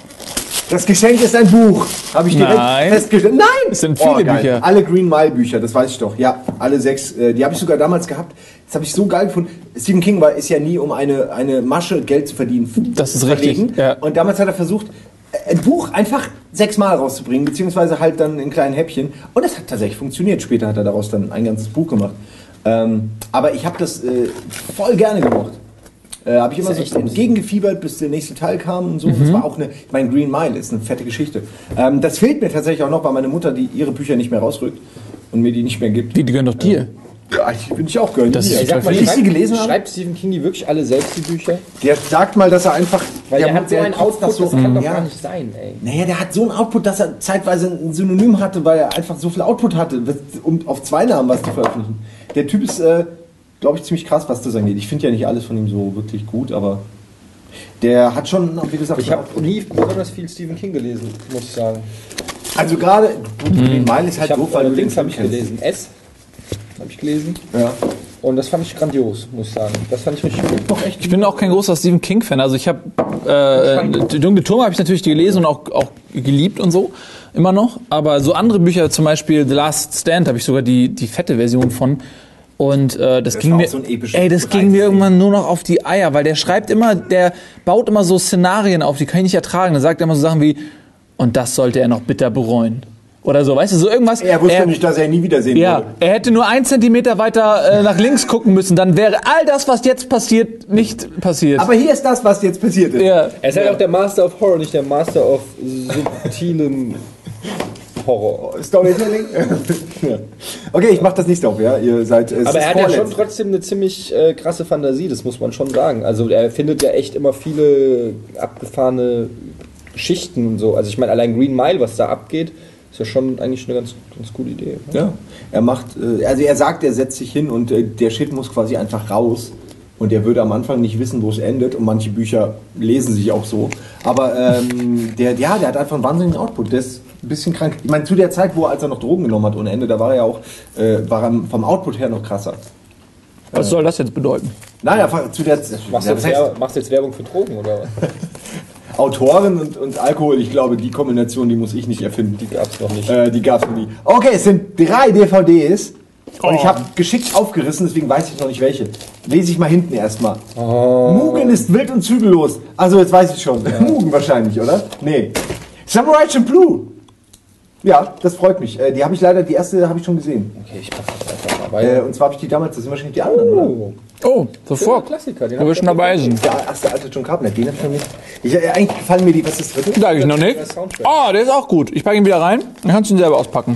Das Geschenk ist ein Buch. Habe ich direkt Nein. festgestellt. Nein! Es sind viele geil. Bücher. Alle Green Mile Bücher, das weiß ich doch. Ja, alle 6. Die habe ich sogar damals gehabt. Das habe ich so geil gefunden. Stephen King ist ja nie um eine Masche Geld zu verdienen. Das ist richtig, ja. Und damals hat er versucht, ein Buch einfach 6 Mal rauszubringen, beziehungsweise halt dann in kleinen Häppchen. Und das hat tatsächlich funktioniert. Später hat er daraus dann ein ganzes Buch gemacht. Aber ich habe das voll gerne gemocht. Habe ich immer so entgegengefiebert, bis der nächste Teil kam und so. Das war auch ich meine, Green Mile ist eine fette Geschichte. Das fehlt mir tatsächlich auch noch, weil meine Mutter ihre Bücher nicht mehr rausrückt und mir die nicht mehr gibt. Die gehören doch dir. Ja, bin ich auch gönnt. Das ist Ich sag mal, Wenn ich sie gelesen habe, schreibt Stephen King die wirklich alle selbst, die Bücher? der sagt mal, dass er einfach... Weil der hat so einen kotzt Output, das kann doch ja. gar nicht sein, ey. Naja, der hat so einen Output, dass er zeitweise ein Synonym hatte, weil er einfach so viel Output hatte, um auf 2 Namen was zu veröffentlichen. Der Typ ist, glaube ich, ziemlich krass, was das angeht. Ich finde ja nicht alles von ihm so wirklich gut, aber der hat schon, wie gesagt... Ich habe nie besonders viel Stephen King gelesen, muss ich sagen. Also gerade, Green Mile ist halt Ich doof, habe weil du den Dings habe ich kennst. gelesen. S habe ich gelesen. Ja. Und das fand ich grandios, muss ich sagen. Das fand ich richtig gut. Doch echt. Ich bin auch kein großer Stephen King-Fan. Also ich habe die Dunkle Turm habe ich natürlich gelesen und auch geliebt und so. Immer noch. Aber so andere Bücher, zum Beispiel The Last Stand, habe ich sogar die fette Version von. Und das ging war mir, auch so ein episches das ging mir irgendwann nur noch auf die Eier, weil der baut immer so Szenarien auf, die kann ich nicht ertragen. Der sagt immer so Sachen wie, und das sollte er noch bitter bereuen. Oder so, weißt du, so irgendwas. Er wusste nicht, dass er ihn nie wiedersehen würde. Er hätte nur 1 Zentimeter weiter nach links gucken müssen, dann wäre all das, was jetzt passiert, nicht passiert. Aber hier ist das, was jetzt passiert ist. ja. Er ist halt auch der Master of Horror, nicht der Master of subtilen Horror. Storytelling? Ja. Okay, ich mach das nicht auf, ja. Ihr seid. Aber er hat ja schon trotzdem eine ziemlich krasse Fantasie, das muss man schon sagen. Also er findet ja echt immer viele abgefahrene Geschichten und so. Also ich meine, allein Green Mile, was da abgeht, ist ja schon eigentlich eine ganz gute Idee. Ne? Ja. Er macht, also er sagt, er setzt sich hin und der Shit muss quasi einfach raus. Und er würde am Anfang nicht wissen, wo es endet. Und manche Bücher lesen sich auch so. Aber der hat einfach einen wahnsinnigen Output. Der ist ein bisschen krank. Ich meine, zu der Zeit, als er noch Drogen genommen hat ohne Ende, da war er ja auch vom Output her noch krasser. Was soll das jetzt bedeuten? Naja, zu der Machst du jetzt Werbung für Drogen oder was? Autoren und Alkohol, ich glaube, die Kombination, die muss ich nicht erfinden. Die gab's noch nicht. Die gab's noch nie. Okay, es sind 3 DVDs. Und ich habe geschickt aufgerissen, deswegen weiß ich noch nicht welche. Lese ich mal hinten erstmal. Mugen ist wild und zügellos. Also jetzt weiß ich schon. Ja. Mugen wahrscheinlich, oder? Nee. Samurai Champloo. Ja, das freut mich. Die habe ich leider, die erste habe ich schon gesehen. Okay, ich pack das einfach mal weiter. Und zwar habe ich die damals, das sind wahrscheinlich die anderen, oder? Oh, sofort. Klassiker, Wo wir schon dabei sind. Der erste alte John Carpenter, den habe ich noch nicht. Eigentlich gefallen mir die, was ist das dritte? Sag ich noch nicht. Oh, der ist auch gut. Ich packe ihn wieder rein. Dann kannst du ihn selber auspacken.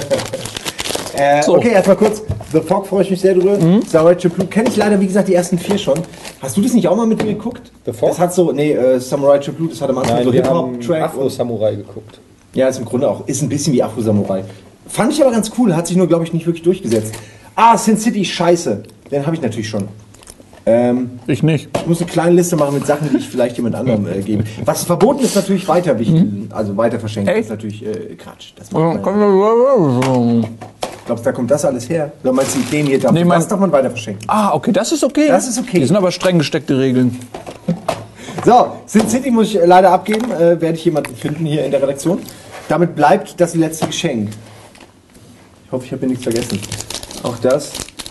So. Okay, erstmal kurz. The Fog freue ich mich sehr drüber. Samurai Champloo kenne ich leider, wie gesagt, die ersten 4 schon. Hast du das nicht auch mal mit mir geguckt? The Fog? Das hat so, Samurai Champloo, das hat am Anfang Nein, so wir haben Hip-Hop-Track. Afro-Samurai geguckt. Ja, ist im Grunde auch, ist ein bisschen wie Afro-Samurai. Fand ich aber ganz cool, hat sich nur, glaube ich, nicht wirklich durchgesetzt. Sin City, scheiße. Den habe ich natürlich schon. Ich nicht. Ich muss eine kleine Liste machen mit Sachen, die ich vielleicht jemand anderem gebe. Was verboten ist, natürlich weiter wichtig. Also weiter verschenken ist natürlich Quatsch. Das macht man. Glaubst du, da kommt das alles her? Oder meinst du, den hier darf man weiter verschenken? Okay, das ist okay. Das ist okay. Die sind aber streng gesteckte Regeln. So, Sin City muss ich leider abgeben. Werde ich jemanden finden hier in der Redaktion. Damit bleibt das letzte Geschenk. Ich hoffe, ich habe hier nichts vergessen. Auch das.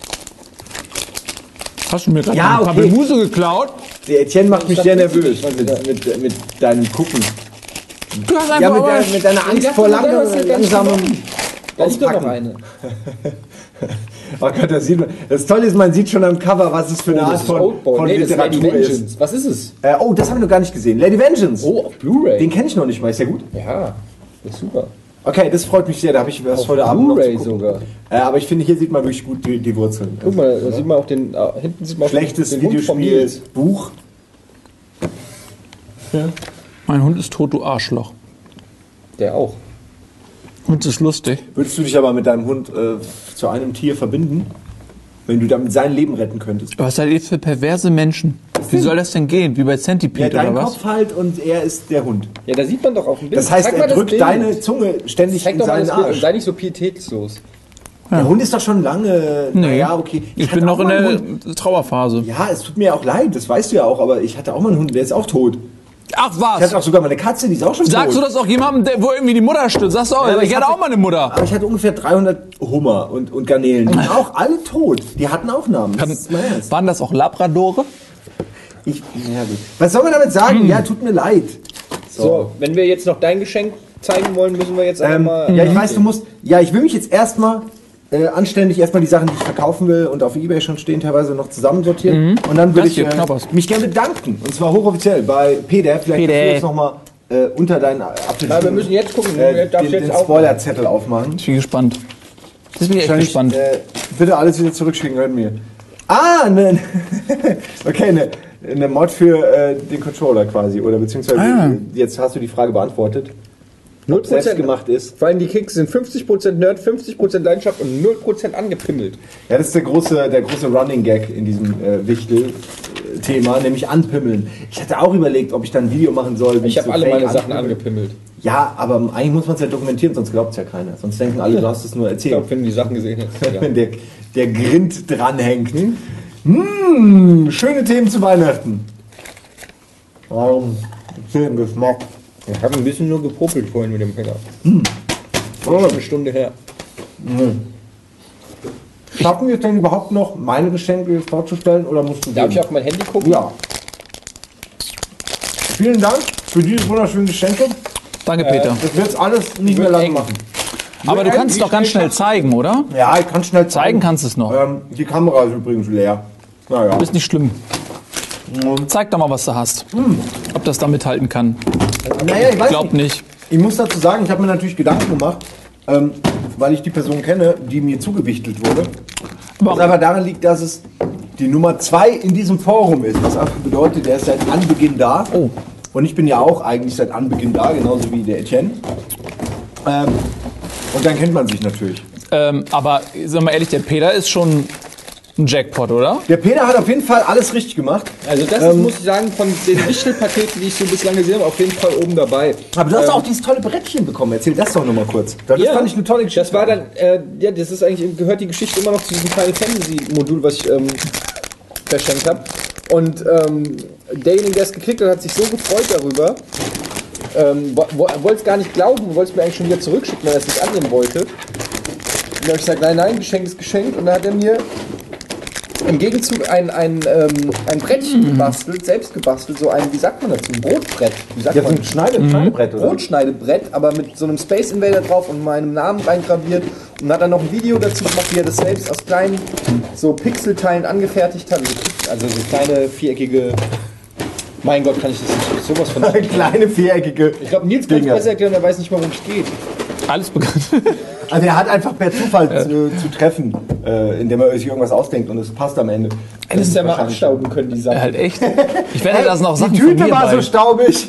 Hast du mir gerade Ja, ein paar okay. Bemuse geklaut? Der Etienne macht mich sehr nervös mit deinem Gucken. Du hast Ja, einfach mit deiner Angst vor langsamem Da liegt doch noch Auspacken. eine. Oh Gott, das Tolle ist, man sieht schon am Cover, was es für eine Art von Nee, das ist Lady Literatur ist. Vengeance. Was ist es? Das haben wir noch gar nicht gesehen. Lady Vengeance. Oh, auf Blu-ray. Den kenne ich noch nicht mal. Ist der gut? Ja, das ist super. Okay, das freut mich sehr. Da habe ich was heute Abend noch zu Blu-ray gucken. sogar. Aber ich finde, hier sieht man wirklich gut die Wurzeln. Guck mal, da sieht man auch den. Hinten sieht man auch Schlechtes den Hund vom Videospiel, Nils. Buch. Mein Hund ist tot, du Arschloch. Der auch. Hund ist lustig. Würdest du dich aber mit deinem Hund zu einem Tier verbinden? Wenn du damit sein Leben retten könntest. Was seid ihr für perverse Menschen? Wie soll das denn gehen? Wie bei Centipede Ja, dein oder was? Kopf halt und er ist der Hund. Ja, da sieht man doch auf dem Bild. Das heißt, Zeig er mal das drückt Bild. deine Zunge ständig Zeig in doch mal seinen das Bild und Arsch. sei nicht so pietätslos. Der Hund ist doch schon lange. Nee. Naja, okay. Ich hatte bin auch noch in mal einen Hund. der Trauerphase. Ja, es tut mir auch leid, das weißt du ja auch, aber ich hatte auch mal einen Hund, der ist auch tot. Ach Ich was? hatte auch sogar mal eine Katze, die ist auch schon Sagst du tot. das auch jemandem, wo irgendwie die Mutter stirbt? Sagst du auch, aber ich ich hatte hatte- auch mal eine Mutter. Aber ich hatte ungefähr 300 Hummer und Garnelen. Die sind auch alle tot. Die hatten auch Namen. Das ist mein Ernst. Waren das auch Labradore? Ja, gut. Was soll man damit sagen? Ja, tut mir leid. So, wenn wir jetzt noch dein Geschenk zeigen wollen, müssen wir jetzt einfach mal. Ja, ich weiß, du musst. Ja, ich will mich jetzt erstmal anständig erstmal die Sachen, die ich verkaufen will und auf eBay schon stehen, teilweise noch zusammensortieren. Und dann würde Das ich hier, Knoppers. mich gerne bedanken. Und zwar hochoffiziell bei PDF. Vielleicht kannst du jetzt nochmal unter deinen Apfel Na, wir müssen jetzt gucken. den Darfst du jetzt auch. Spoilerzettel aufmachen. Ich bin gespannt. Das bin ich echt gespannt. Bitte alles wieder zurückschicken, hört mir. Ne. Okay, eine Mod für den Controller quasi, oder beziehungsweise jetzt hast du die Frage beantwortet. 0% selbst gemacht ist. Vor allem die Kicks sind 50% Nerd, 50% Leidenschaft und 0% angepimmelt. Ja, das ist der große Running Gag in diesem Wichtel-Thema, nämlich anpimmeln. Ich hatte auch überlegt, ob ich da ein Video machen soll. Ich habe alle meine Sachen angepimmelt. Ja, aber eigentlich muss man es ja dokumentieren, sonst glaubt es ja keiner. Sonst denken alle, du hast es nur erzählt. Ich glaube, wenn du die Sachen gesehen hast. Ja. Wenn der Grind dranhängt. Schöne Themen zu Weihnachten. Warum? Schön Geschmack. Ich habe ein bisschen nur gepopelt vorhin mit dem Penner. Schon eine Stunde her. Schaffen wir es denn überhaupt noch, meine Geschenke vorzustellen, oder musst du Darf ich auf mein Handy gucken? Ja. Vielen Dank für diese wunderschönen Geschenke. Danke, Peter. Das wird alles nicht mehr lange machen. Aber du kannst es doch ganz schnell zeigen, oder? Ja, ich kann schnell Zeigen kannst du es noch. Die Kamera ist übrigens leer. Naja. Ist nicht schlimm. Zeig doch mal, was du hast. Ob das da mithalten kann. Naja, ich weiß Glaub nicht. Ich muss dazu sagen, ich habe mir natürlich Gedanken gemacht, weil ich die Person kenne, die mir zugewichtelt wurde. Was aber daran liegt, dass es die Nummer 2 in diesem Forum ist. Was einfach bedeutet, der ist seit Anbeginn da. Oh. Und ich bin ja auch eigentlich seit Anbeginn da, genauso wie der Etienne. Und dann kennt man sich natürlich. Aber sag mal ehrlich, der Peter ist schon ein Jackpot, oder? Der Peter hat auf jeden Fall alles richtig gemacht. Also das ist, muss ich sagen, von den Wichtelpaketen, die ich so bislang gesehen habe, auf jeden Fall oben dabei. Aber du hast auch dieses tolle Brettchen bekommen. Erzähl das doch nochmal kurz. Das fand ich eine tolle Geschichte. Das war dann, das ist eigentlich, gehört die Geschichte immer noch zu diesem Final Fantasy Modul, was ich verschenkt habe. Und derjenige, der es gekriegt hat, hat sich so gefreut darüber. Wollte es gar nicht glauben, wollte es mir eigentlich schon wieder zurückschicken, weil er es nicht annehmen wollte. Und dann habe ich gesagt, nein, Geschenk ist geschenkt. Und dann hat er mir im Gegenzug ein Brettchen gebastelt, selbst gebastelt, so ein, wie sagt man dazu, ein Brotbrett. Wie sagt man? So ein Schneidebrett, oder? Brotschneidebrett, aber mit so einem Space Invader drauf und meinem Namen reingraviert. Und hat dann noch ein Video dazu gemacht, wie er das selbst aus kleinen so Pixelteilen angefertigt hat. Also so kleine viereckige... Mein Gott, kann ich das nicht sowas von... Kleine viereckige... Ich glaube, Nils kann es besser erklären, er weiß nicht mal, worum es geht. Alles bekannt. Also er hat einfach per Zufall zu treffen, indem er sich irgendwas ausdenkt und es passt am Ende. Das ist ja mal abstauben können, die Sachen. Halt echt. Ich werde das noch Sachen Die von Tüte mir war so bei. staubig.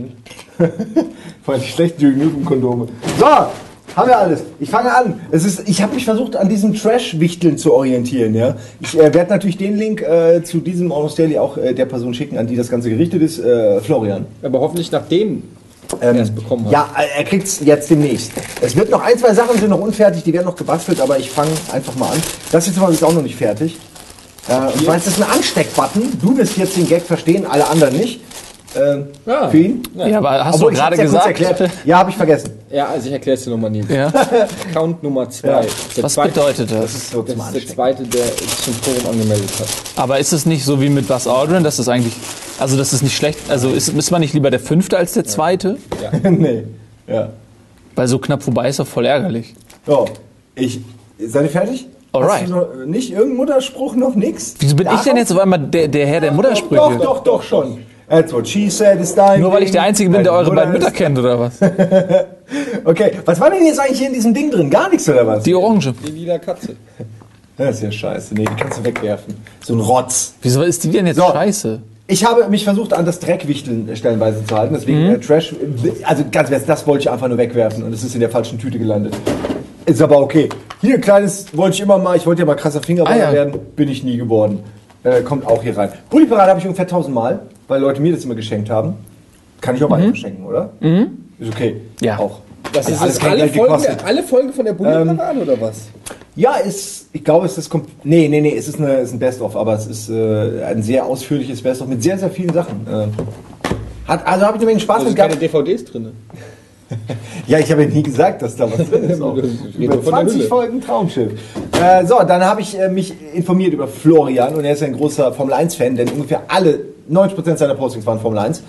Vor allem die schlechten Jürgen-Kondome. So, haben wir alles. Ich fange an. Ich habe mich versucht, an diesem Trash-Wichteln zu orientieren. Ja? Ich werde natürlich den Link zu diesem Almost Daily auch der Person schicken, an die das Ganze gerichtet ist, Florian. Aber hoffentlich nachdem er es bekommen hat. Ja, er kriegt es jetzt demnächst. Es wird noch 1, 2 Sachen sind noch unfertig, die werden noch gebastelt, aber ich fange einfach mal an. Das jetzt ist auch noch nicht fertig. Und zwar ist das ein Ansteckbutton. Du wirst jetzt den Gag verstehen, alle anderen nicht. Für ihn. Ja, aber hast Obwohl, du gerade ich hab's ja kurz gesagt. erklärt. Ja, habe ich vergessen. Ja, also ich erkläre es dir nochmal, Nils. Ja. Account Nummer 2. Ja. Was bedeutet das? Das ist so Das zum ist der Anstecken. zweite, der sich im Forum angemeldet hat. Aber ist es nicht so wie mit Buzz Aldrin, dass es eigentlich, also das ist nicht schlecht, also ist man nicht lieber der 5. als der 2.? Nee. Ja. Weil so knapp vorbei ist doch voll ärgerlich. So, seid ihr fertig? Alright. Hast du noch nicht irgendein Mutterspruch, noch nix? Wieso bin ich denn jetzt auf einmal der Herr der Muttersprüche? Doch schon. That's what she said is dein Nur weil ich Ding. der Einzige bin, der Deine eure beiden Mutter Mütter kennt, oder was? Okay, was war denn jetzt eigentlich hier in diesem Ding drin? Gar nichts oder was? Die Orange. Die lila Katze. Das ist ja scheiße. Nee, die kannst du wegwerfen. So ein Rotz. Wieso ist die denn jetzt So. scheiße? Ich habe mich versucht, an das Dreckwichteln stellenweise zu halten. Deswegen Trash. Also ganz ehrlich, das wollte ich einfach nur wegwerfen und es ist in der falschen Tüte gelandet. Ist aber okay. Hier, kleines, wollte ich immer mal. Ich wollte ja mal krasser Fingerballer werden. Bin ich nie geworden. Kommt auch hier rein. Bulli-Parade habe ich ungefähr 1000 Mal, weil Leute mir das immer geschenkt haben. Kann ich auch weiter verschenken, oder? Ist okay. Ja. Auch. Das ist alles jetzt kein alle Geld Folgen, gekostet. alle Folgen von der Bulli-Parade oder was? Ja, ich glaube, es ist nee, es ist ein Best-of, aber es ist ein sehr ausführliches Best-of mit sehr, sehr vielen Sachen. Also habe ich eine Menge Spaß Da mit sind keine gehabt. DVDs drin. Ja, ich habe ja nie gesagt, dass da was drin ist. Auch. Wir Über reden von der 20 Hülle. Folgen Traumschiff. So, dann habe ich mich informiert über Florian und er ist ein großer Formel-1-Fan, denn ungefähr 90% seiner Postings waren Formel 1.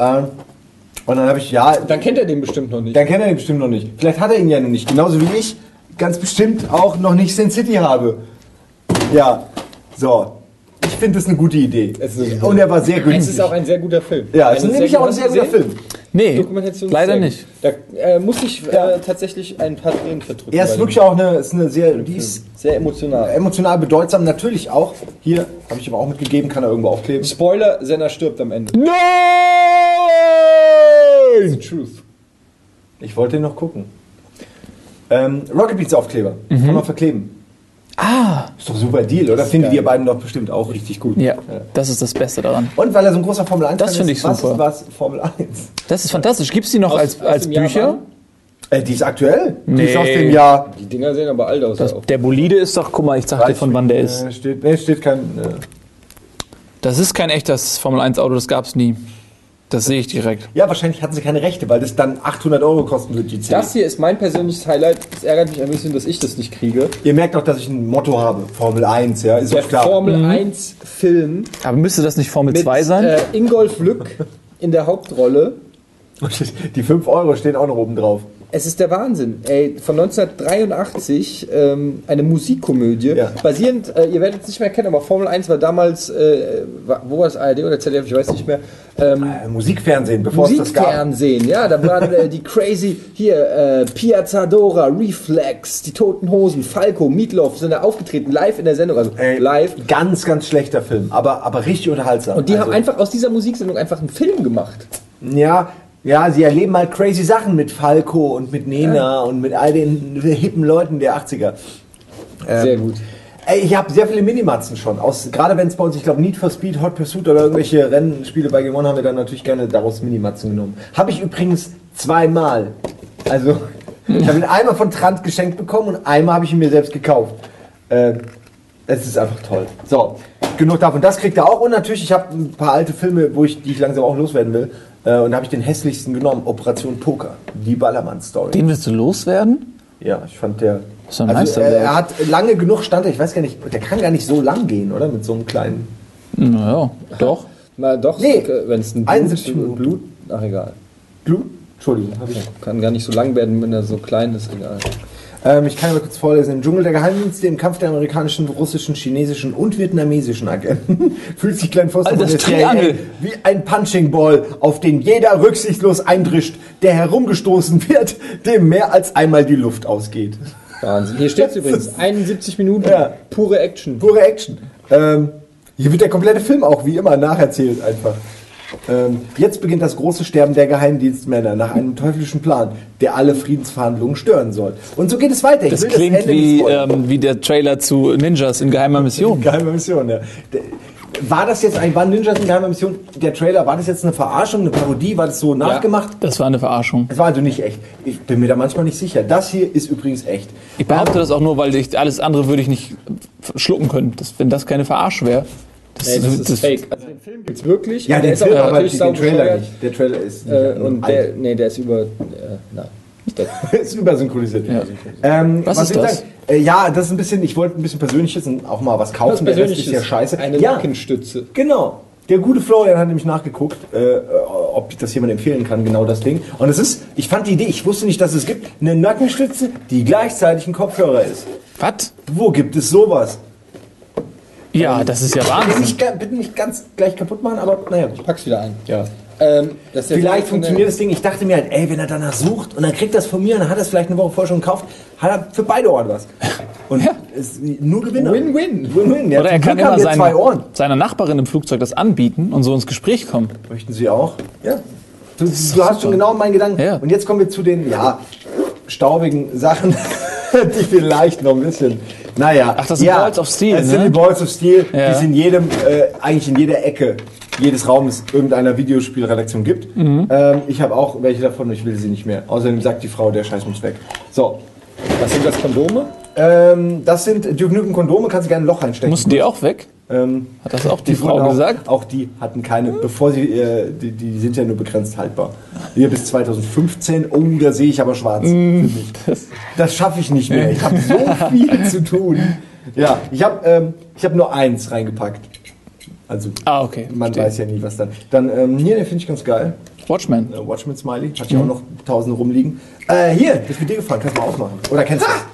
Und dann habe ich, Dann kennt er den bestimmt noch nicht. dann kennt er ihn bestimmt noch nicht. Vielleicht hat er ihn ja noch nicht. Genauso wie ich ganz bestimmt auch noch nicht Sin City habe. Ja, so. Ich finde das eine gute Idee. Super. Und er war sehr günstig. Es ist auch ein sehr guter Film. Ja, es ist nämlich auch ein sehr guter Film. Nee, leider nicht. Da muss ich tatsächlich ein paar Tränen verdrücken. Er ist wirklich auch eine sehr, die ist sehr emotional. Emotional bedeutsam, natürlich auch. Hier, habe ich ihm auch mitgegeben, kann er irgendwo aufkleben. Spoiler, Senna stirbt am Ende. Nein! Truth. Ich wollte ihn noch gucken. Rocket Beans Aufkleber. Kann man verkleben. Ist doch ein super Deal, oder? Findet ihr beiden doch bestimmt auch richtig gut. Ja, das ist das Beste daran. Und weil er so ein großer Formel 1 Das finde ich super. Was ist Formel 1? Das ist fantastisch. Gibt es die noch als Bücher? Die ist aktuell. Die Nee. ist aus dem Jahr. Die Dinger sehen aber alt aus. Der Bolide ist doch, guck mal, ich sag dir von wann der ist. Steht kein. Das ist kein echtes Formel 1 Auto, das gab's nie. Das sehe ich direkt. Ja, wahrscheinlich hatten sie keine Rechte, weil das dann 800 € kosten wird, die CD. Das hier ist mein persönliches Highlight. Es ärgert mich ein bisschen, dass ich das nicht kriege. Ihr merkt auch, dass ich ein Motto habe. Formel 1, ja, ist Der auch klar. Formel 1 Film Aber müsste das nicht Formel mit 2 sein? Ingolf Lück in der Hauptrolle. Die 5 € stehen auch noch oben drauf. Es ist der Wahnsinn. Ey, von 1983, eine Musikkomödie, Ja. basierend, ihr werdet es nicht mehr kennen, aber Formel 1 war damals, wo war es, ARD oder ZDF, ich weiß nicht mehr, Musikfernsehen, bevor es das gab. Musikfernsehen, ja, da waren die crazy, hier, Piazzadora, Reflex, die Toten Hosen, Falco, Meatloaf sind da aufgetreten, live in der Sendung, also live. Ganz, ganz schlechter Film, aber richtig unterhaltsam. Und die haben einfach aus dieser Musiksendung einfach einen Film gemacht. Ja, sie erleben halt crazy Sachen mit Falco und mit Nena und mit all den hippen Leuten der 80er. Sehr gut. Ey, ich habe sehr viele Minimatzen schon. Gerade wenn es bei uns, ich glaube, Need for Speed, Hot Pursuit oder irgendwelche Rennspiele bei Game One haben wir dann natürlich gerne daraus Minimatzen genommen. Habe ich übrigens 2-mal. Also, ich habe ihn einmal von Trant geschenkt bekommen und einmal habe ich ihn mir selbst gekauft. Es ist einfach toll. So, genug davon. Das kriegt er auch. Und natürlich, ich habe ein paar alte Filme, die ich langsam auch loswerden will. Und da habe ich den hässlichsten genommen. Operation Poker. Die Ballermann-Story. Den willst du loswerden? Ja, ich fand der... Das ist ein Also, Meisterwerk. er hat lange genug Stand, ich weiß gar nicht, der kann gar nicht so lang gehen, oder? Mit so einem kleinen... Naja, doch. Na doch, Nee, wenn es ein 71 Minuten. Blut, ach egal. Blut? Entschuldigung, habe ich. Kann gar nicht so lang werden, wenn er so klein ist, egal. Ich kann mal kurz vorlesen. Im Dschungel der Geheimdienste, im Kampf der amerikanischen, russischen, chinesischen und vietnamesischen Agenten fühlt sich Glenn Foster Alter, von der das Triangel. CIA wie ein Punching Ball, auf den jeder rücksichtslos eindrischt, der herumgestoßen wird, dem mehr als einmal die Luft ausgeht. Wahnsinn. Hier steht es übrigens, 71 Minuten, Ja. pure Action. Pure Action. Hier wird der komplette Film auch wie immer nacherzählt einfach. Jetzt beginnt das große Sterben der Geheimdienstmänner nach einem teuflischen Plan, der alle Friedensverhandlungen stören soll. Und so geht es weiter. Ich Das will klingt Ende nicht spoilern. wie der Trailer zu Ninjas in geheimer Mission. Geheime Mission, ja. War das jetzt ein Ninjas in geheimer Mission? Der Trailer, war das jetzt eine Verarschung, eine Parodie? War das so nachgemacht? Das war eine Verarschung. Es war also nicht echt. Ich bin mir da manchmal nicht sicher. Das hier ist übrigens echt. Ich behaupte das auch nur, weil alles andere würde ich nicht schlucken können. Wenn das keine Verarsche wäre. Nee, das ist fake. Also den Film gibt's wirklich. Ja, und den ist Film, auch aber natürlich den Trailer saubescheuert. nicht. Der Trailer ist Und der ist über... nein. ist übersynchronisiert. Ja. Was ist will ich das? sagen? Ja, das ist ein bisschen, ich wollte ein bisschen Persönliches und auch mal was kaufen. Der Rest ist ja scheiße. Eine Ja, Nackenstütze. genau. Der gute Florian hat nämlich nachgeguckt, ob ich das jemand empfehlen kann, genau das Ding. Und es ist, ich fand die Idee, ich wusste nicht, dass es gibt, eine Nackenstütze, die gleichzeitig ein Kopfhörer ist. Was? Wo gibt es sowas? Ja, das ist ja Wahnsinn. Bitte nicht ganz gleich kaputt machen, aber naja. Ich pack's wieder ein. Ja. Das ist jetzt Vielleicht funktioniert das Ding. Ich dachte mir halt, ey, wenn er danach sucht und dann kriegt das von mir und dann hat er es vielleicht eine Woche vorher schon gekauft, hat er für beide Ohren was. Und es ist nur Gewinner. Win-win. Win-win. Ja, Oder er zum kann Glück haben immer wir 2 Ohren. seiner Nachbarin im Flugzeug das anbieten und so ins Gespräch kommen. Möchten Sie auch? Ja. Du hast schon genau meinen Gedanken. Ja. Und jetzt kommen wir zu den, staubigen Sachen, die vielleicht noch ein bisschen... Naja. Ach, das sind Balls of Steel, Das sind ne? die Balls of Steel, Ja. die es in jedem, eigentlich in jeder Ecke jedes Raumes irgendeiner Videospielredaktion gibt. Ich habe auch welche davon, ich will sie nicht mehr. Außerdem sagt die Frau, der Scheiß muss weg. So. Was sind das, Kondome? Das sind Duke Nukem Kondome, kannst du gerne ein Loch reinstecken. Mussten die auch weg? Hat das auch die Frau wurden gesagt? Auch die hatten keine, bevor sie, die sind ja nur begrenzt haltbar. Hier bis 2015, da sehe ich aber schwarz. Für mich. Das schaffe ich nicht mehr. Ich habe so viel zu tun. Ja, ich hab nur eins reingepackt. Also, Okay. man verstehe. weiß ja nie, was dann. Dann, hier, den finde ich ganz geil. Watchmen. Watchmen Smiley, hatte ich auch noch 1000 rumliegen. Hier, das wird dir gefallen, kannst du mal aufmachen. Oder kennst du das?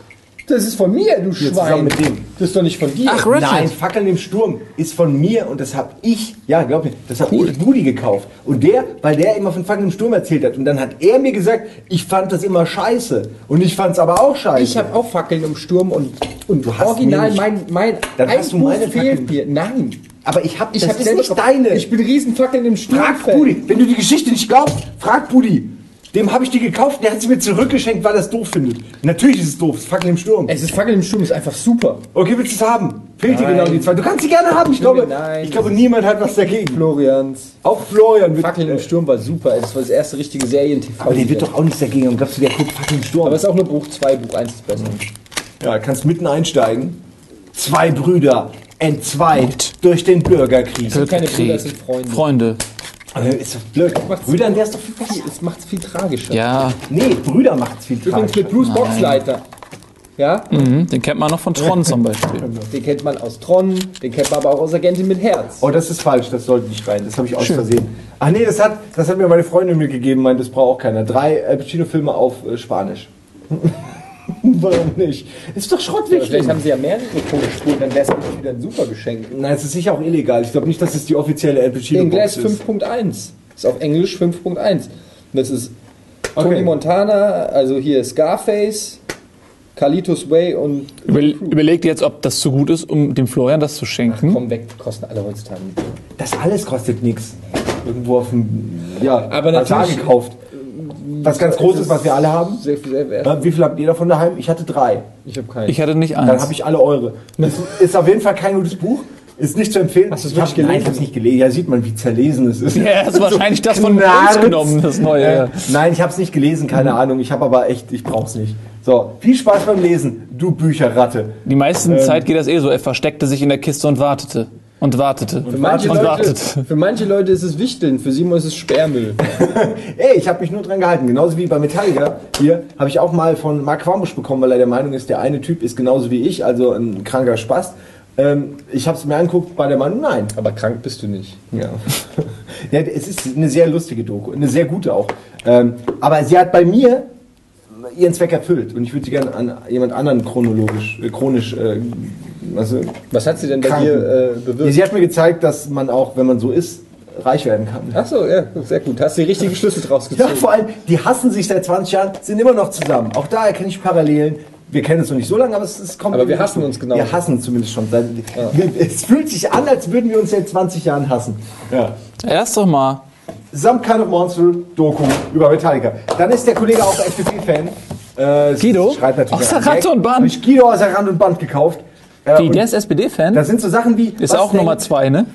Das ist von mir, du Hier, Schwein. zusammen mit dem. Das ist doch nicht von dir. Ach, Ratchet. Nein, Fackeln im Sturm ist von mir und das habe ich, ja, glaub mir, das habe ich Rudi gekauft. Und weil der immer von Fackeln im Sturm erzählt hat. Und dann hat er mir gesagt, ich fand das immer scheiße. Und ich fand es aber auch scheiße. Ich habe auch Fackeln im Sturm und Du hast original mir nicht- mein Dann ein hast du Buch meine fehlt Fackeln. mir. Nein. aber ich habe, das ist selber nicht drauf- deine. Ich bin riesen Fackeln im Sturm. Frag Budi, wenn du die Geschichte nicht glaubst, frag Budi. Dem habe ich die gekauft, der hat sie mir zurückgeschenkt, weil er es doof findet. Natürlich ist es doof, es ist Fackeln im Sturm. Es ist Fackeln im Sturm, ist einfach super. Okay, willst du es haben? Fehlt dir Nein. genau die zwei. Du kannst sie gerne haben. Ich Nein. glaube niemand hat was dagegen. Florians. Auch Florian wird. Fackeln im Sturm war super. Das war das erste richtige Serien-TV. Aber der wird doch auch nichts dagegen haben. Glaubst du, der guckt Fackeln im Sturm? Aber es ist auch nur Buch 2, Buch 1 ist besser. Ja, kannst mitten einsteigen. Zwei Brüder entzweit durch den Bürgerkrieg. Keine Brüder, das sind Freunde. Freunde. Aber ist doch blöd. Brüder, an der ist doch viel besser. Es macht es viel tragischer. Ja, Nee, Brüder macht es viel Übrigens mit tragischer. Bruce Boxleiter. Ja, den kennt man noch von Tron zum Beispiel. den kennt man aus Tron, den kennt man aber auch aus Agentin mit Herz. Oh, das ist falsch, das sollte nicht rein. Das habe ich aus Versehen. Ach nee, das hat mir meine Freundin mitgegeben, meint, das braucht auch keiner. 3 Al Pacino-Filme auf Spanisch. Warum nicht? Ist doch Vielleicht schrottwichtig. haben sie ja mehrere Tonspuren, dann wäre es wirklich wieder ein super Geschenk. Nein, es ist sicher auch illegal. Ich glaube nicht, dass es die offizielle Al Inglés Pacino-Box ist. 5.1. Ist auf Englisch 5.1. Das ist Okay. Tony Montana, also hier Scarface, Carlitos Way und Überlegt jetzt, ob das zu gut ist, um dem Florian das zu schenken. komm weg, die kosten alle heutzutage. Das alles kostet nichts. Irgendwo auf dem Aber Bazar natürlich- gekauft. Was ganz Großes, was wir alle haben. Sehr viel sehr wert. Wie viel habt ihr davon daheim? Ich hatte 3. Ich habe keinen. Ich hatte nicht Dann eins. habe ich alle eure. Das ist auf jeden Fall kein gutes Buch. Ist nicht zu empfehlen. Hast du es Ich hab- wirklich Nein, ich gelesen? habe es nicht gelesen. Ja, sieht man, wie zerlesen es ist. Ja, das ist wahrscheinlich das von uns Knarz. genommen, das neue. Nein, ich habe es nicht gelesen, keine Ahnung. Ich habe aber echt, ich brauch's nicht. So, viel Spaß beim Lesen, du Bücherratte. Die meisten Zeit geht das eh so. Er versteckte sich in der Kiste und wartete. Und wartete. Für manche, und Leute, wartete. für manche Leute ist es Wichteln, für Simon ist es Sperrmüll. Ey, ich habe mich nur dran gehalten. Genauso wie bei Metallica. Hier habe ich auch mal von Mark Quambusch bekommen, weil er der Meinung ist, der eine Typ ist genauso wie ich, also ein kranker Spast. Ich habe es mir angeguckt, bei der Meinung, nein. Aber krank bist du nicht. Ja. Ja, es ist eine sehr lustige Doku, eine sehr gute auch. Aber sie hat bei mir ihren Zweck erfüllt und ich würde sie gerne an jemand anderen chronisch, also Was hat sie denn bei Kranken. dir bewirkt? sie hat mir gezeigt, dass man auch, wenn man so ist, reich werden kann. Achso, ja, sehr gut. Hast du die richtigen Schlüsse draus Ja, gezogen? vor allem, die hassen sich seit 20 Jahren, sind immer noch zusammen. Auch da erkenne ich Parallelen. Wir kennen uns noch nicht so lange, aber es kommt. Aber wir hassen uns genau. Wir hassen uns zumindest schon. Es fühlt sich an, als würden wir uns seit 20 Jahren hassen. Ja. Erst doch mal. Some Kind of Monster Doku über Metallica. Dann ist der Kollege auch FDP-Fan. Guido? Schreibt natürlich Aus an. der Rand und Band. Hab ich Guido aus der Rand und Band gekauft. Wie, Und der ist SPD-Fan? das sind so Sachen wie. Ist auch Nummer 2, ne?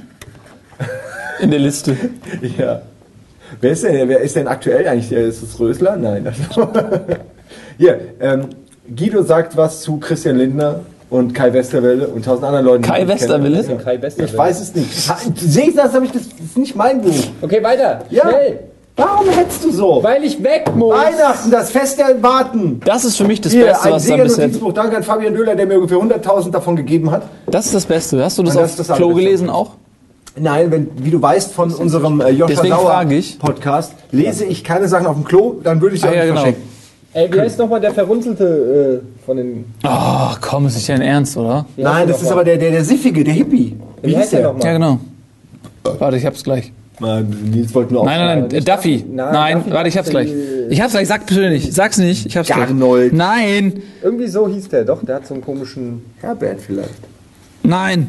In der Liste. Ja. Wer ist denn aktuell eigentlich? Ist das Rösler? Nein. Hier, Guido sagt was zu Christian Lindner und Kai Westerwelle und 1000 anderen Leuten. die Kai ich kenne. Westerwelle? Kai Westerwelle. Ich weiß es nicht. Sehe ich das? Das ist nicht mein Buch. Okay, weiter. Ja. Schnell. Warum hetzt du so? Weil ich weg muss. Weihnachten, das Fest der Warten. Das ist für mich das Hier, Beste, ein was da bisher... Sieger-Notizbuch. Danke an Fabian Döhler, der mir ungefähr 100.000 davon gegeben hat. Das ist das Beste. Hast du das Und auf das ist das Klo Allerbeste. gelesen auch? Nein, wie du weißt von unserem Joscha Deswegen Sauer frage ich. Podcast, lese ich keine Sachen auf dem Klo, dann würde ich sie auch Ah, ja, nicht genau. verschenken. Ey, wie heißt nochmal der Verrunzelte von den... Oh, komm, ist nicht dein Ernst, oder? Wie heißt Nein, der das ist nochmal? aber der Siffige, der Hippie. Wie heißt der nochmal? Ja, genau. Warte, ich hab's gleich. Nils wollte nur Nein, nicht Duffy. Duffy. Nein, Nein, Duffy warte, ich hab's gleich. Ich hab's gleich, sag bitte nicht. Sag's nicht, ich hab's gleich. Garnold. Nein, Irgendwie so hieß der, doch. Der hat so einen komischen... Herbert vielleicht. nein.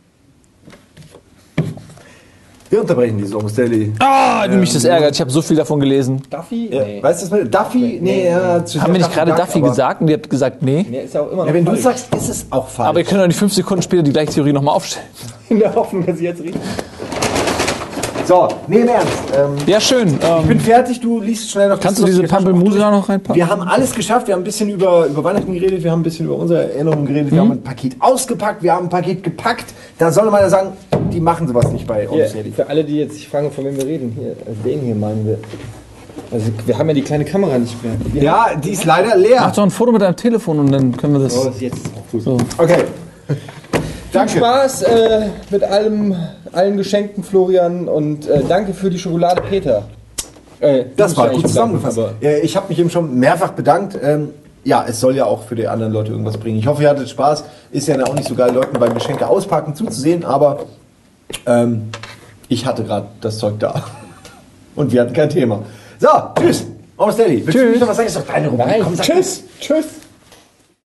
Wir unterbrechen die Songs, Daily. Ah, wie mich das ärgert. Ich habe so viel davon gelesen. Duffy? Ja, Nee. weißt du das mit Duffy? Nee, ja, zu Haben wir nicht gerade Duck, Duffy aber- gesagt und ihr habt gesagt, nee? Nee, ist ja auch immer noch Ja, wenn du falsch. sagst, ist es auch falsch. Aber ihr könnt doch nicht 5 Sekunden später die gleiche Theorie nochmal aufstellen. In der Hoffnung, dass sie jetzt richtig... So, nee, im Ernst. Ja, schön. Ich bin fertig, du liest schnell noch. Kannst das du diese lustige Pampelmuse da noch reinpacken? Wir haben alles geschafft. Wir haben ein bisschen über Weihnachten geredet, wir haben ein bisschen über unsere Erinnerungen geredet, wir haben ein Paket ausgepackt, wir haben ein Paket gepackt. Da soll man ja sagen, die machen sowas nicht bei uns. Hier, für alle, die jetzt sich fragen, von wem wir reden, hier, den hier meinen wir. Also, wir haben ja die kleine Kamera nicht mehr. Wir Ja, die ist leider leer. Mach doch ein Foto mit deinem Telefon und dann können wir das... Oh, jetzt ist auch gut. So. Okay. Danke. Spaß mit allen Geschenken, Florian, und danke für die Schokolade, Peter. Das war muss ich gut eigentlich zusammengefasst. sagen, Ich habe mich eben schon mehrfach bedankt. ja, es soll ja auch für die anderen Leute irgendwas bringen. Ich hoffe, ihr hattet Spaß. Ist ja auch nicht so geil, Leuten beim Geschenke auspacken zuzusehen, aber ich hatte gerade das Zeug da. Und wir hatten kein Thema. So, tschüss. Almost Daily. Willst du noch was sagen? Ist doch deine Rubrik. Nein, tschüss. Tschüss.